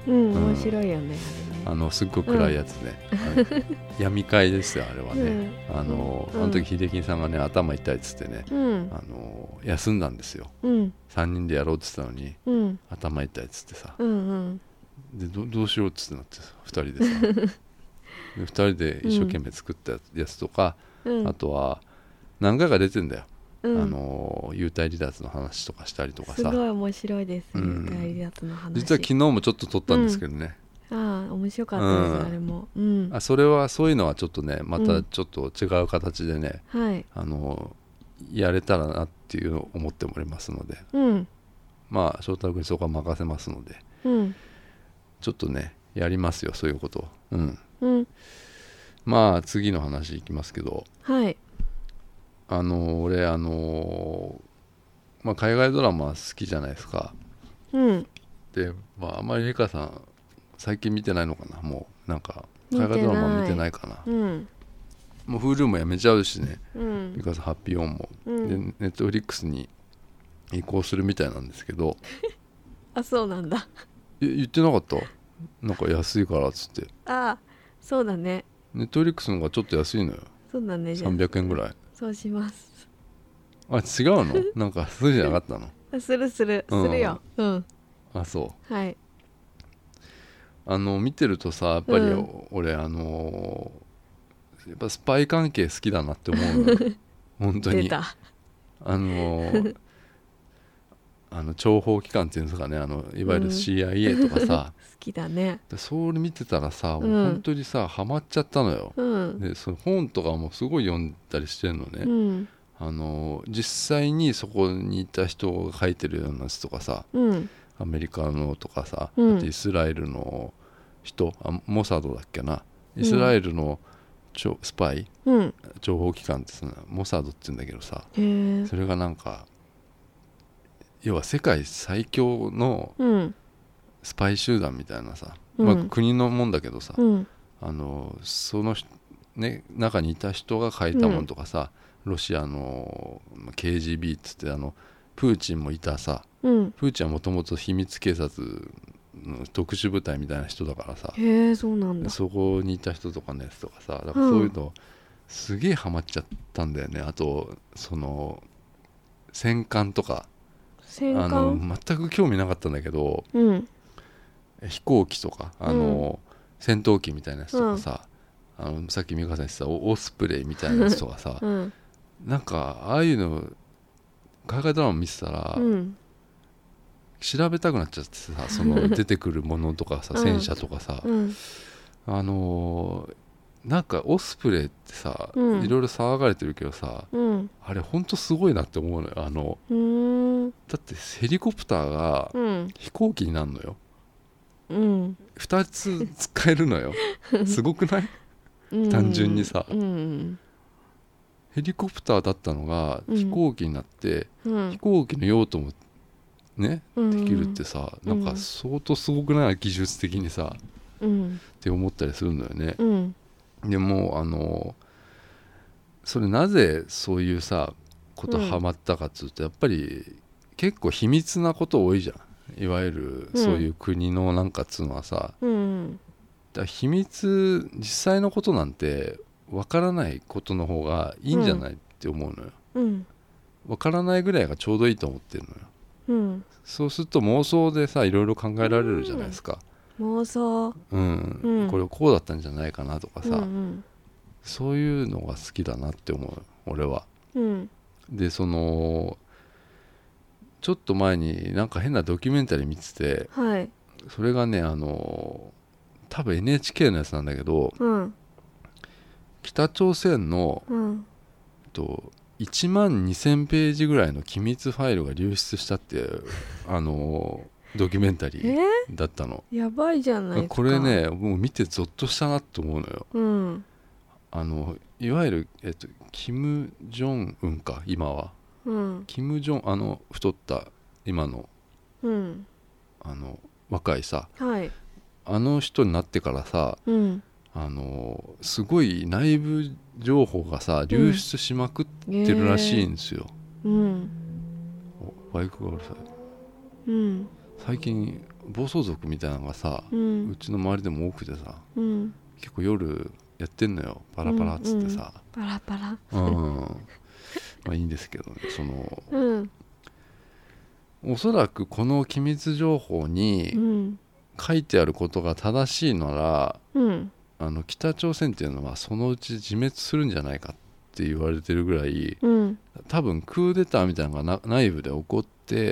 うん、うん、面白いよねあのすっごい暗いやつね、うん、闇会ですよあれはね、うん、あの、うん、あの時秀樹さんがね頭痛いっつってね、うん、あの休んだんですよ、うん、さんにんでやろうっつったのに、うん、頭痛いっつってさ、うんうん、で ど, どうしようっつってなってさふたりでさでふたりで一生懸命作ったやつとか、うん、あとは何回か出てんだよ、うん、あの幽体離脱の話とかしたりとかさ、 すごい面白いです、うん、幽体離脱の話。 実は昨日もちょっと撮ったんですけどね、 うん、ああ面白かったです、うん、あれも、うん、 あそれはそういうのはちょっとねまたちょっと違う形でね、うん、あのやれたらなっていうのを思っておりますので、うん、まあ翔太郎君にそこは任せますので、うん、ちょっとねやりますよそういうことを、うんうん、まあ次の話いきますけど、はい、あの俺あの、まあ、海外ドラマ好きじゃないですか、うん、で、まあ、あんまりリカさん最近見てないのかな、もうなんか海外ドラマ見てないかな、うん、もう Hulu もやめちゃうしね、うん、リカさんハッピーオンも、うん、で Netflix に移行するみたいなんですけどあそうなんだえ言ってなかった？なんか安いからっつって。 ああそうだね、 Netflix の方がちょっと安いのよ。 そうだね、 さんびゃくえんぐらい。 そうします。 あ違うの？なんかそうじゃなかったの？ するするするよ、うん、 あそう、 はい、 あの見てるとさやっぱり、うん、俺あのやっぱスパイ関係好きだなって思うのよ本当に出たあのあの諜報機関っていうんですかね、あのいわゆる シーアイエー とかさ、 うん、好きだね。 それ見てたらさ、うん、もう本当にさハマっちゃったのよ、うん、でその本とかもすごい読んだりしてるのね、うん、あの実際にそこにいた人が書いてるようなやつとかさ、うん、アメリカのとかさ、うん、あとイスラエルの人、あモサドだっけな、イスラエルのスパイ、うん、情報機関ってさモサドって言うんだけどさ、それがなんか要は世界最強のスパイ集団みたいなさ、うんまあ、国のもんだけどさ、うん、あのその、ね、中にいた人が書いたもんとかさ、うん、ロシアの ケージービー っつってあのプーチンもいたさ、うん、プーチンはもともと秘密警察の特殊部隊みたいな人だからさ、 へえそうなんだ、 そこにいた人とかのやつとかさ、だからそういうの、うん、すげえハマっちゃったんだよね。あとその戦艦とかあの全く興味なかったんだけど、うん、飛行機とかあの、うん、戦闘機みたいなやつとかさ、うん、あのさっき美香さん言ってたオスプレイみたいなやつとかさ、うん、なんかああいうの海外ドラマ見てたら、うん、調べたくなっちゃってさ、その出てくるものとかさ戦車とかさ、うん、あのなんかオスプレイってさ、うん、いろいろ騒がれてるけどさ、うん、あれほんとすごいなって思うのよ。あのだってヘリコプターが飛行機になるのよ、うん、ふたつ使えるのよすごくない？単純にさ、うん、ヘリコプターだったのが飛行機になって、うん、飛行機の用途もね、うん、できるってさ、なんか相当すごくない？技術的にさ、うん、って思ったりするんだよね、うん、でもあのそれなぜそういうさことハマったかっつうと、やっぱり結構秘密なこと多いじゃん、いわゆるそういう国のなんかっつうのはさ、うん、だから秘密実際のことなんてわからないことの方がいいんじゃないって思うのよ、うん、わからないぐらいがちょうどいいと思ってるのよ、うん、そうすると妄想でさいろいろ考えられるじゃないですか、 うん、妄想、 うんうん、これこうだったんじゃないかなとかさ、うんうん、そういうのが好きだなって思う俺は、うん、でそのちょっと前になんか変なドキュメンタリー見てて、はい、それがねあの多分 エヌエイチケー のやつなんだけど、うん、北朝鮮の、うん、といちまんにせんページぐらいの機密ファイルが流出したってあのドキュメンタリーだったの。 やばいじゃないですか。 これねもう見てゾッとしたなと思うのよ、うん、あのいわゆる、えっと、キム・ジョンウンか今は、うん、キム・ジョンあの太った今の、うん、あの若いさ、はい、あの人になってからさ、うん、あのすごい内部情報がさ流出しまくってるらしいんですよ、うん、バイクがうるさい、うん、最近暴走族みたいなのがさ、うん、うちの周りでも多くてさ、うん、結構夜やってんのよパラパラっつってさ、 うんうん、パラパラうんまあいいんですけどねその、うん、おそらくこの機密情報に書いてあることが正しいなら、うん、あの北朝鮮っていうのはそのうち自滅するんじゃないかって言われてるぐらい、うん、多分クーデターみたいなのが内部で起こって、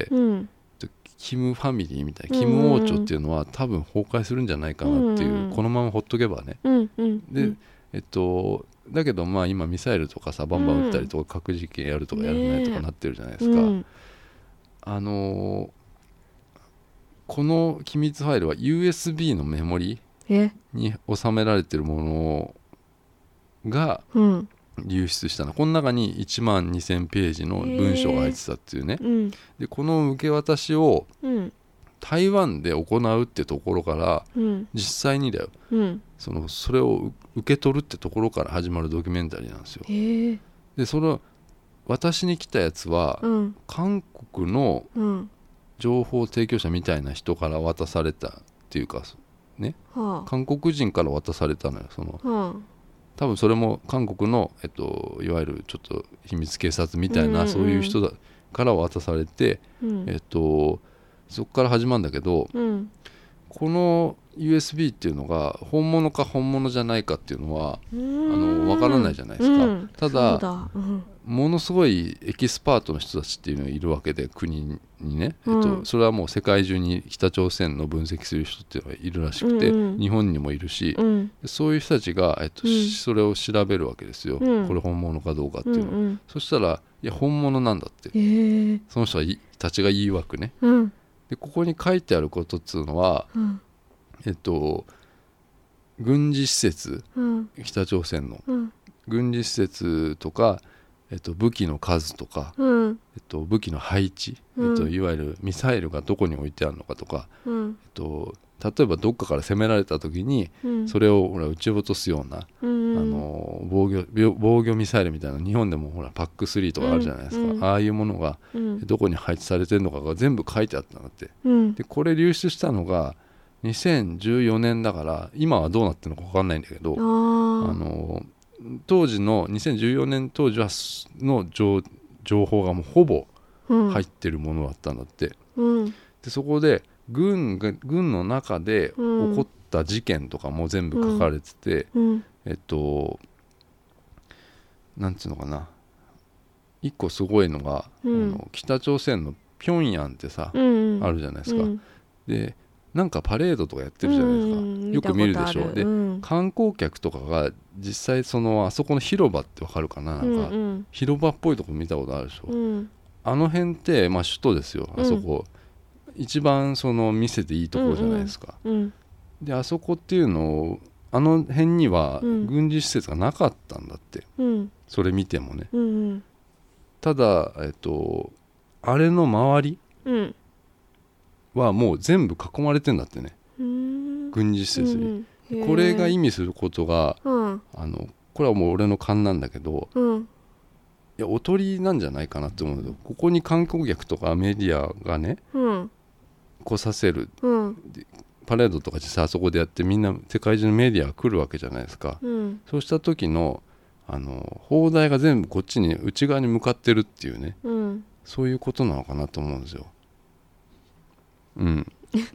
うん、キムファミリーみたいなキム王朝っていうのは多分崩壊するんじゃないかなっていう、うんうん、このままほっとけばね、うんうん、でえっとだけどまあ今ミサイルとかさバンバン撃ったりとか、うん、核実験やるとかやらないとかなってるじゃないですか、ね、あのー、この機密ファイルは ユーエスビー のメモリに収められてるものが流出したの、うん、この中にいちまんにせんページの文章が入ってたっていうね、うん、でこの受け渡しを台湾で行うってところから、うん、実際にだよ、うん、そのそれを受け取るってところから始まるドキュメンタリーなんですよ。でその私に来たやつは、うん、韓国の情報提供者みたいな人から渡されたっていうかね、はあ、韓国人から渡されたのよその、はあ、多分それも韓国の、えっと、いわゆるちょっと秘密警察みたいな、うんうん、そういう人だから渡されて、うん、えっと、そこから始まるんだけど、うん、この ユーエスビー っていうのが本物か本物じゃないかっていうのはあの分からないじゃないですか、うん、ただ、だ、うん、ものすごいエキスパートの人たちっていうのがいるわけで国にね、えっと、それはもう世界中に北朝鮮の分析する人っていうのがいるらしくて、うんうん、日本にもいるし、うん、そういう人たちが、えっとうん、それを調べるわけですよ、うん、これ本物かどうかっていうのを、うんうん、そしたらいや本物なんだって、えー、その人たちが言いわくね、うん、でここに書いてあることっていうのは、うん、えっと軍事施設、うん、北朝鮮の、うん、軍事施設とか、えっと、武器の数とか、うんえっと、武器の配置、うんえっと、いわゆるミサイルがどこに置いてあるのかとか、うんえっと、例えばどっかから攻められた時に、うん、それをほら撃ち落とすような、うん、あの防御、防御ミサイルみたいな日本でもほらパックスリーとかあるじゃないですか、うん、ああいうものがどこに配置されてるのかが全部書いてあったんだって、うん、でこれ流出したのがにせんじゅうよねんだから今はどうなってるのか分かんないんだけど、あの当時のにせんじゅうよねん当時はの 情, 情報がもうほぼ入ってるものだったんだって、うん、でそこで 軍, が軍の中で起こった事件とかも全部書かれてて、うん、えっとなんていうのかな、一個すごいのが、うん、あの北朝鮮の平壌ってさ、うん、あるじゃないですか、うん、でなんかパレードとかやってるじゃないですか、うん、よく見るでしょう。で、うん、観光客とかが実際そのあそこの広場ってわかるかな、なんか、うんうん、広場っぽいとこ見たことあるでしょ、うん、あの辺って、まあ、首都ですよあそこ、うん、一番その見せていいところじゃないですか、うんうん、であそこっていうのをあの辺には軍事施設がなかったんだって、うん、それ見てもね、うんうん、ただ、えっと、あれの周り、うんはもう全部囲まれてんだってね、軍事施設に、うん、これが意味することが、うん、あのこれはもう俺の勘なんだけど、うん、いやおとりなんじゃないかなって思うけど、ここに観光客とかメディアがね、うん、来させる、うん、パレードとか実際あそこでやってみんな世界中のメディアが来るわけじゃないですか、うん、そうした時のあの砲台が全部こっちに内側に向かってるっていうね、うん、そういうことなのかなと思うんですよ。うん、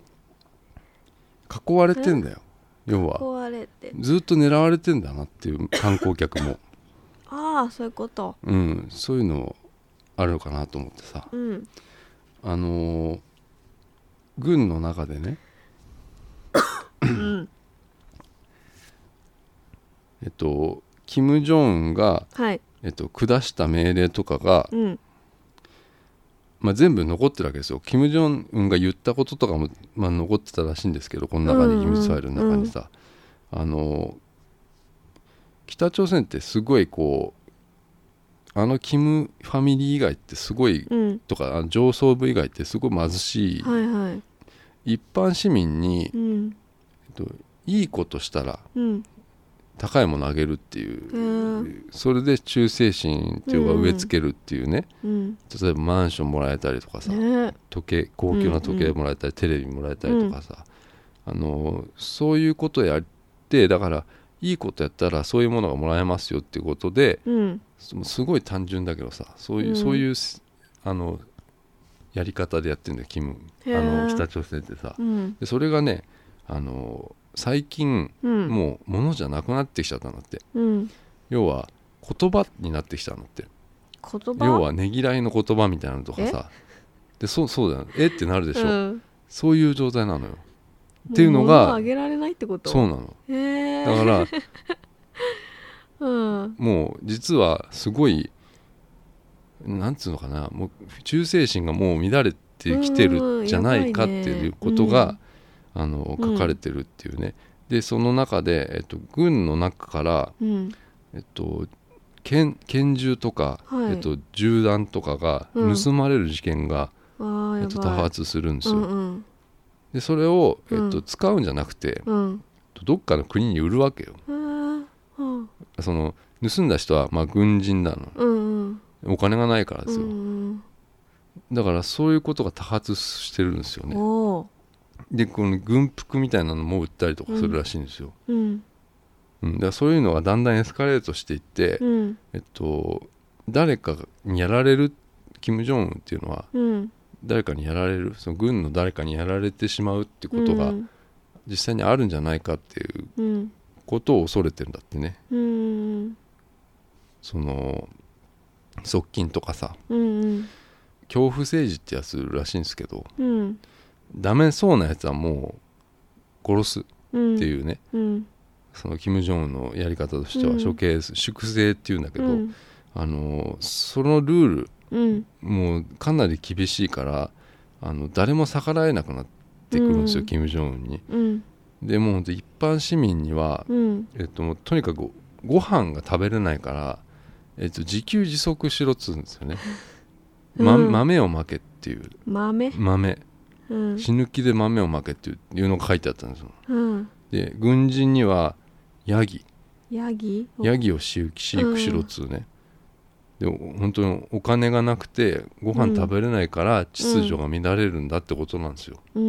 囲われてんだよ要はずっと狙われてんだなっていう観光客もああそういうこと、 うん、そういうのあるのかなと思ってさ、うん、あのー、軍の中でね、うん、えっとキム・ジョンウンが、はいえっと、下した命令とかが、うんまあ、全部残ってるわけですよ。キム・ジョンウンが言ったこととかも、まあ、残ってたらしいんですけど、この中に秘密ファイルの中にさ、うんうん、あの北朝鮮ってすごいこうあのキムファミリー以外ってすごい、うん、とかあの上層部以外ってすごい貧しい、はいはい、一般市民に、うんえっと、いいことしたら、うん高いものあげるっていう、うん、それで忠誠心っていうか植え付けるっていうね、うん、例えばマンションもらえたりとかさ、ね、 時計高級な時計もらえたり、うんうん、テレビもらえたりとかさ、うん、あのそういうことやってだからいいことやったらそういうものがもらえますよっていうことで、うん、すごい単純だけどさそういう、うん、そういうあのやり方でやってるんだよキムあの北朝鮮ってさ、うん、でそれがねあの最近、うん、もう物じゃなくなってきちゃったんだって、うん、要は言葉になってきたんだって言葉要はねぎらいの言葉みたいなのとかさで そ, そうだよえってなるでしょ、うん、そういう状態なのよっていうのが物をあげられないってことそうなのへだから、 うん、 もう実はすごいなんつうのかなもう忠誠心がもう乱れてきてるじゃないかっていうことが、うん、あの書かれてるっていうね、うん、でその中で、えっと、軍の中から、うんえっと、拳, 拳銃とか、はいえっと、銃弾とかが盗まれる事件が、うんえっと、多発するんですよ、うんうん、でそれを、えっと、使うんじゃなくて、うん、どっかの国に売るわけよ、うんうん、その盗んだ人は、まあ、軍人なの、うんうんお金がないからですよ、うん、だからそういうことが多発してるんですよねでこの軍服みたいなのも売ったりとかするらしいんですよ、うんうん、だからそういうのがだんだんエスカレートしていって、うんえっと、誰かにやられる金正恩っていうのは、うん、誰かにやられるその軍の誰かにやられてしまうってことが実際にあるんじゃないかっていうことを恐れてるんだってね、うん、その側近とかさ、うんうん、恐怖政治ってやつらしいんですけど、うん、ダメそうなやつはもう殺すっていうね、うん、その金正恩のやり方としては処刑、うん、粛清っていうんだけど、うん、あのそのルール、うん、もうかなり厳しいからあの誰も逆らえなくなってくるんですよ、うん、金正恩に、うん、でもう一般市民には、うんえっと、もうとにかくご飯が食べれないからえっと、自給自足しろっつうんですよね、うんま、豆をまけっていう豆、 豆、うん、死ぬ気で豆をまけっていうのが書いてあったんですよ、うん、で軍人にはヤギヤギヤギを飼育しろっつうね、うん、で本当にお金がなくてご飯食べれないから秩序が乱れるんだってことなんですよ、うん、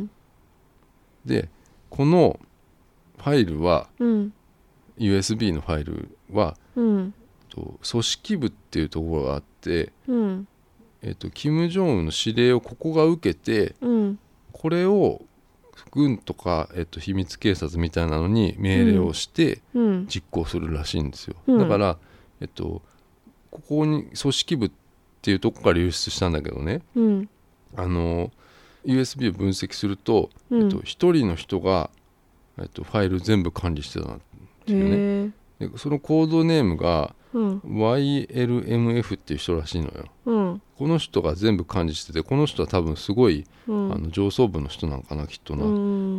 でこのファイルは、うん、ユーエスビー のファイルは、うん組織部っていうところがあって、うんえっと、金正恩の指令をここが受けて、うん、これを軍とか、えっと、秘密警察みたいなのに命令をして実行するらしいんですよ、うん、だから、えっと、ここに組織部っていうところから流出したんだけどね、うん、あの ユーエスビー を分析すると、うんえっと、ひとりの人が、えっと、ファイル全部管理してたっていうねでそのコードネームがうん、ワイエルエムエフ っていう人らしいのよ、うん、この人が全部管理しててこの人は多分すごい、うん、あの上層部の人なのかなきっとな、うん、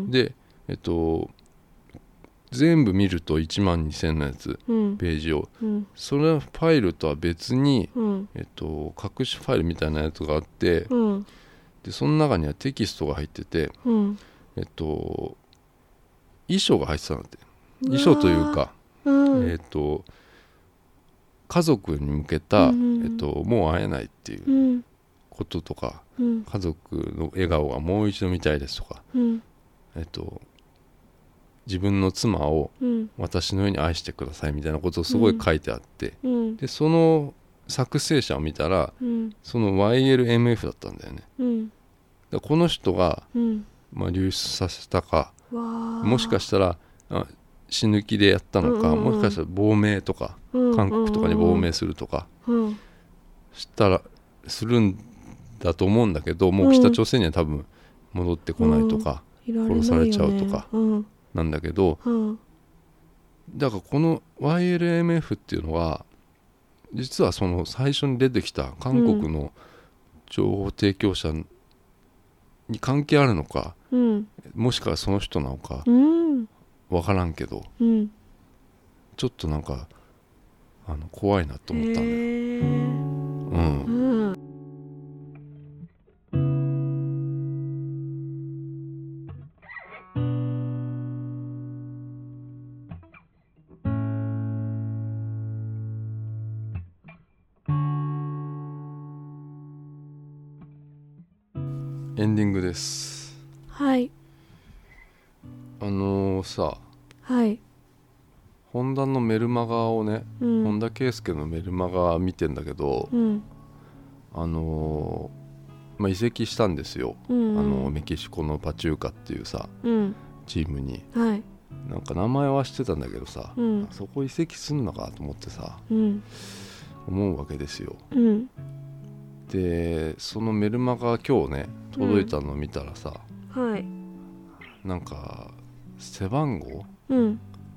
でえっと全部見るといちまんにせんのやつ、うん、ページを、うん、それはファイルとは別に、うんえっと、隠しファイルみたいなやつがあって、うん、でその中にはテキストが入ってて、うん、えっと遺書が入ってたんだって遺書というか、うん、えっと家族に向けた、うんえっと、もう会えないっていうこととか、うん、家族の笑顔がもう一度見たいですとか、うんえっと、自分の妻を私のように愛してくださいみたいなことをすごい書いてあって、うん、でその作成者を見たら、うん、その ワイエルエムエフ だったんだよね、うん、だこの人が、うんまあ、流出させたかもしかしたらあ死ぬ気でやったのか、うんうんうん、もしかしたら亡命とか、うんうんうん、韓国とかに亡命するとか、うん、したらするんだと思うんだけどもう北朝鮮には多分戻ってこないとか、うん、殺されちゃうとかなんだけど、うん、だからこの ワイエルエムエフ っていうのは実はその最初に出てきた韓国の情報提供者に関係あるのか、うん、もしくはその人なのか、うん分からんけど、うん、ちょっとなんかあの怖いなと思ったんだよ、うんうんエンディングです。 はい。 あのー、さ、 はい。 ホンダのメルマガをね、 うん、 本田圭佑のメルマガ見てんだけど、 うん、 あのー、まあ、移籍したんですよ、 うんうん、 あのメキシコのパチューカっていうさ、 うん、 チームに、 はい、 なんか名前は知ってたんだけどさ、 うん、 そこ移籍すんのかと思ってさ、 うん、 思うわけですよ、 うん、 でそのメルマガ今日ね届いたのを見たらさ、 うん、はい、 なんか背番号、 うん、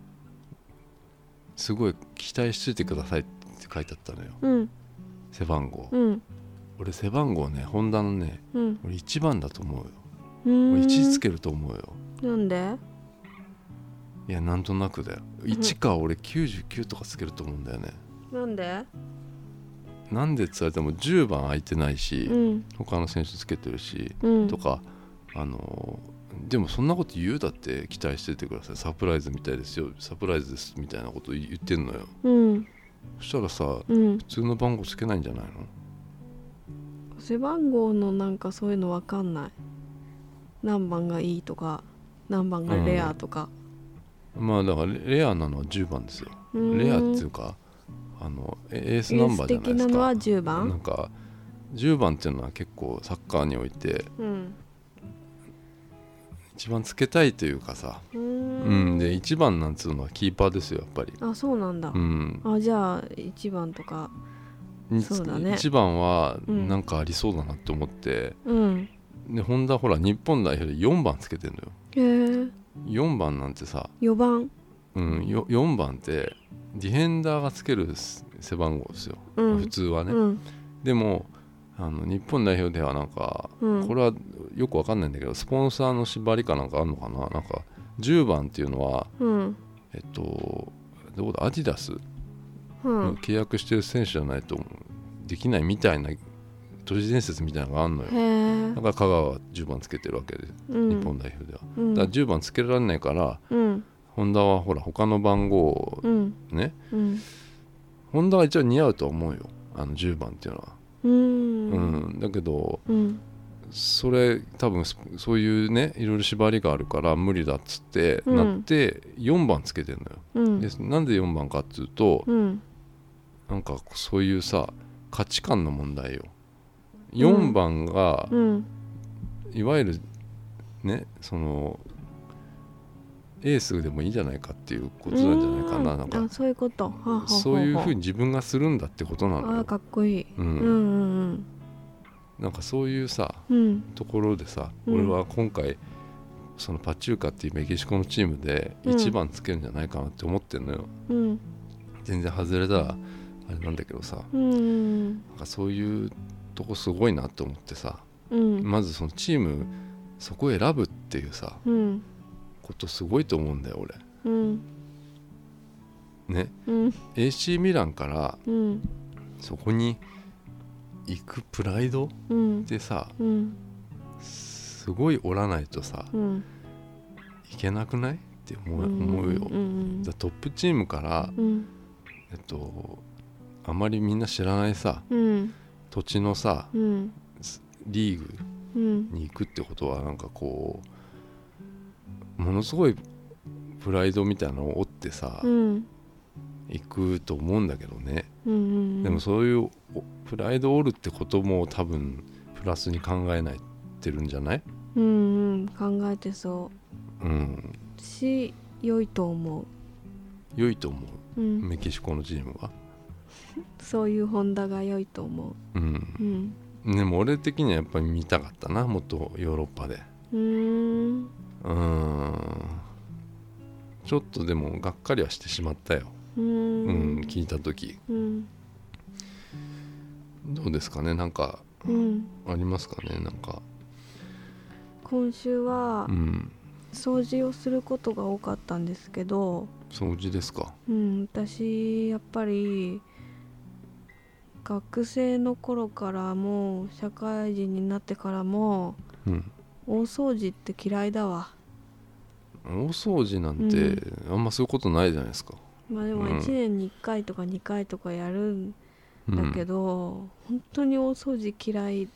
すごい期待しといてくださいって書いてあったのよ、 うん、 背番号、 うん、 俺背番号ね、ホンダのね、 うん、 俺いちばんだと思うよ。 うーん、 俺いちつけると思うよ。 なんで？ いや、なんとなくだよ。いちか俺きゅうじゅうきゅうとかつけると思うんだよね。 なんで？ なんでって言われてもじゅうばん空いてないし、 うん、 他の選手つけてるし、 うん、 とか、あのでもそんなこと言うだって期待しててください、サプライズみたいですよ、サプライズですみたいなこと言ってんのよ、 うん、 そしたらさ、 うん、 普通の番号つけないんじゃないの？ 背番号のなんかそういうのわかんない。何番がいいとか何番がレアとか、 うん、まあだからレアなのはじゅうばんですよ。レアっていうか、あのエースナンバーじゃないですか。エース的なのはじゅうばん。 なんかじゅうばんっていうのは結構サッカーにおいて、うん、一番つけたいというかさ、うん、うん、でいちばんなんつうのはキーパーですよ、やっぱり。 あ、そうなんだ、うん、あ、じゃあいちばんとかそうだね、 いちばんはなんかありそうだなって思って、うん、でホンダほら日本代表でよんばんつけてんのよ。へえ。よんばんなんてさ、 よばん、 うん、よよんばんってディフェンダーがつける背番号ですよ、うん、普通はね、うん、でもあの日本代表ではなんか、うん、これはよくわかんないんだけど、スポンサーの縛りかなんかあるのかな、なんかじゅうばんっていうのは、うん、えっとどこだ、アディダス、うん、契約してる選手じゃないとできないみたいな都市伝説みたいなのがあるのよ。だから香川はじゅうばんつけてるわけで、うん、日本代表では、うん、だからじゅうばんつけられないから、うん、ホンダはほら他の番号、うん、ね、うん、ホンダは一応似合うと思うよ、あのじゅうばんっていうのは、うん、うん、だけど、うん、それ多分そういうねいろいろ縛りがあるから無理だっつって、うん、なってよんばんつけてるのよ、うん、でなんでよんばんかっていうと、うん、なんかそういうさ価値観の問題よ。よんばんが、うん、いわゆるね、そのエースでもいいんじゃないかっていうことなんじゃないかな。なんかあ、そういうこと、はあはあ、 そういうふうに自分がするんだってことなのよ。 あ、かっこいい、うん、うんうんうん、 なんかそういうさ、うん、ところでさ、うん、俺は今回そのパチューカっていうメキシコのチームでいちばんつけるんじゃないかなって思ってんのよ、うん、全然外れたらあれなんだけどさ、うん、なんかそういうとこすごいなって思ってさ、うん、まずそのチームそこを選ぶっていうさ、うん、ことすごいと思うんだよ俺、うん、ね、うん、エーシー ミランから、うん、そこに行くプライドでさ、うん、すごいおらないとさ、うん、いけなくないって思う、思うよ、うん、トップチームから、うん、えっとあまりみんな知らないさ、うん、土地のさ、うん、リーグに行くってことはなんかこうものすごいプライドみたいなのを負ってさ、うん、行くと思うんだけどね、うんうんうん、でもそういうプライドを折るってことも多分プラスに考えないってるんじゃない？ うんうん、考えてそう、うん、し良いと思う良いと思う、うん、メキシコのチームはそういうホンダが良いと思う、うんうん、でも俺的にはやっぱり見たかったな、もっとヨーロッパで。うーん、うーん、ちょっとでもがっかりはしてしまったよ、うん、うん、聞いた時、うん、どうですかね、なんか、うん、ありますかね、なんか今週は掃除をすることが多かったんですけど。 掃除ですか？ うん、私やっぱり学生の頃からも社会人になってからも、うん、大掃除って嫌いだわ。 大掃除なんて、うん、あんまそういうことないじゃないですか。 まあでもいちねんにいっかいとかにかいとかやるんだけど、うん、本当に大掃除嫌い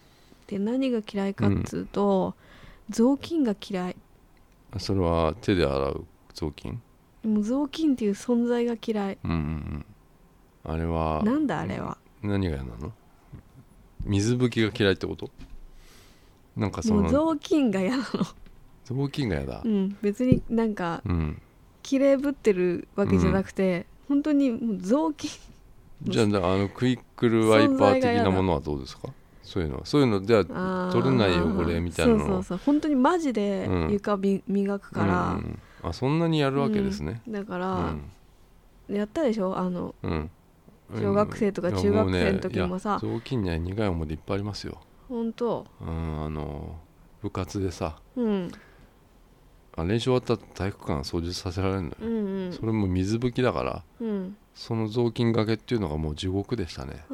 て何が嫌いかっつうと、うん、雑巾が嫌い。 それは手で洗う雑巾？ もう雑巾っていう存在が嫌い。 うんうんうん。あれはなんだあれは。 何が嫌なの？水拭きが嫌いってこと？なんかそのもう雑巾が嫌なの。 雑巾が嫌だ。 うん別になんか、うん、綺麗ぶってるわけじゃなくて、うん、本当にもう雑巾。 じゃああのクイックルワイパー的なものはどうですか？そういうのそういうのでは取れない汚れみたいなの。 そうそうそう本当にマジで床び、うん、磨くから、うんうん、 あそんなにやるわけですね、 うん、だから、うん、やったでしょあの、うん、小学生とか中学生の時もさ、 もうね、雑巾には苦い思い出いっぱいありますよ。 本当、 うん、あの部活でさ、 うん、 あ練習終わったら体育館掃除させられるのよ、うんうん、それも水拭きだから、うん、その雑巾がけっていうのがもう地獄でしたね。うん、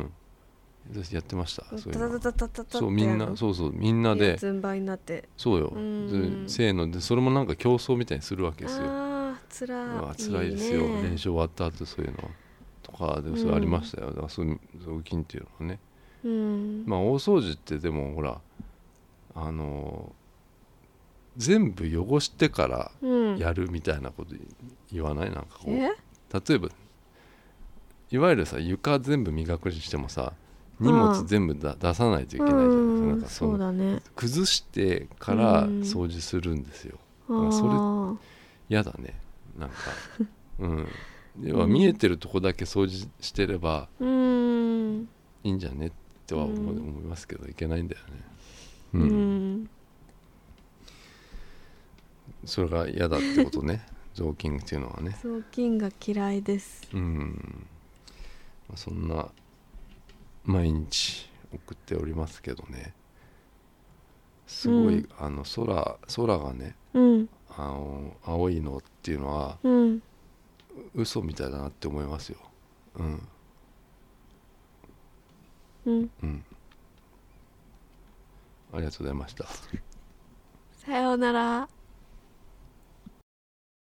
私やってました。そういうのそうみんなそうそうみんなで順番になってそうよ、うん、せーのでそれもなんか競争みたいにするわけですよ。 ああつらいつらいですよ、ね、練習終わった後そういうのとかでそれありましたよ、うん、だからそういう雑巾っていうのはね、うん、まあ大掃除ってでもほらあの全部汚してからやるみたいなこと言わない？なんかこう例えばいわゆるさ床全部磨くにしてもさ荷物全部だ出さないといけないじゃないですか。なんかそのそうだね、 崩してから掃除するんですよ。だからそれ嫌だねなんか、うん、では見えてるとこだけ掃除してればいいんじゃねっては思いますけどいけないんだよね。うん、うんそれが嫌だってことね雑巾っていうのはね。 雑巾が嫌いです。 うん、そんな毎日送っておりますけどね。すごい、うん、あの空空がね、うん、あの青いのっていうのは、うん、嘘みたいだなって思いますよ。うんうんうん。ありがとうございました。 さようなら。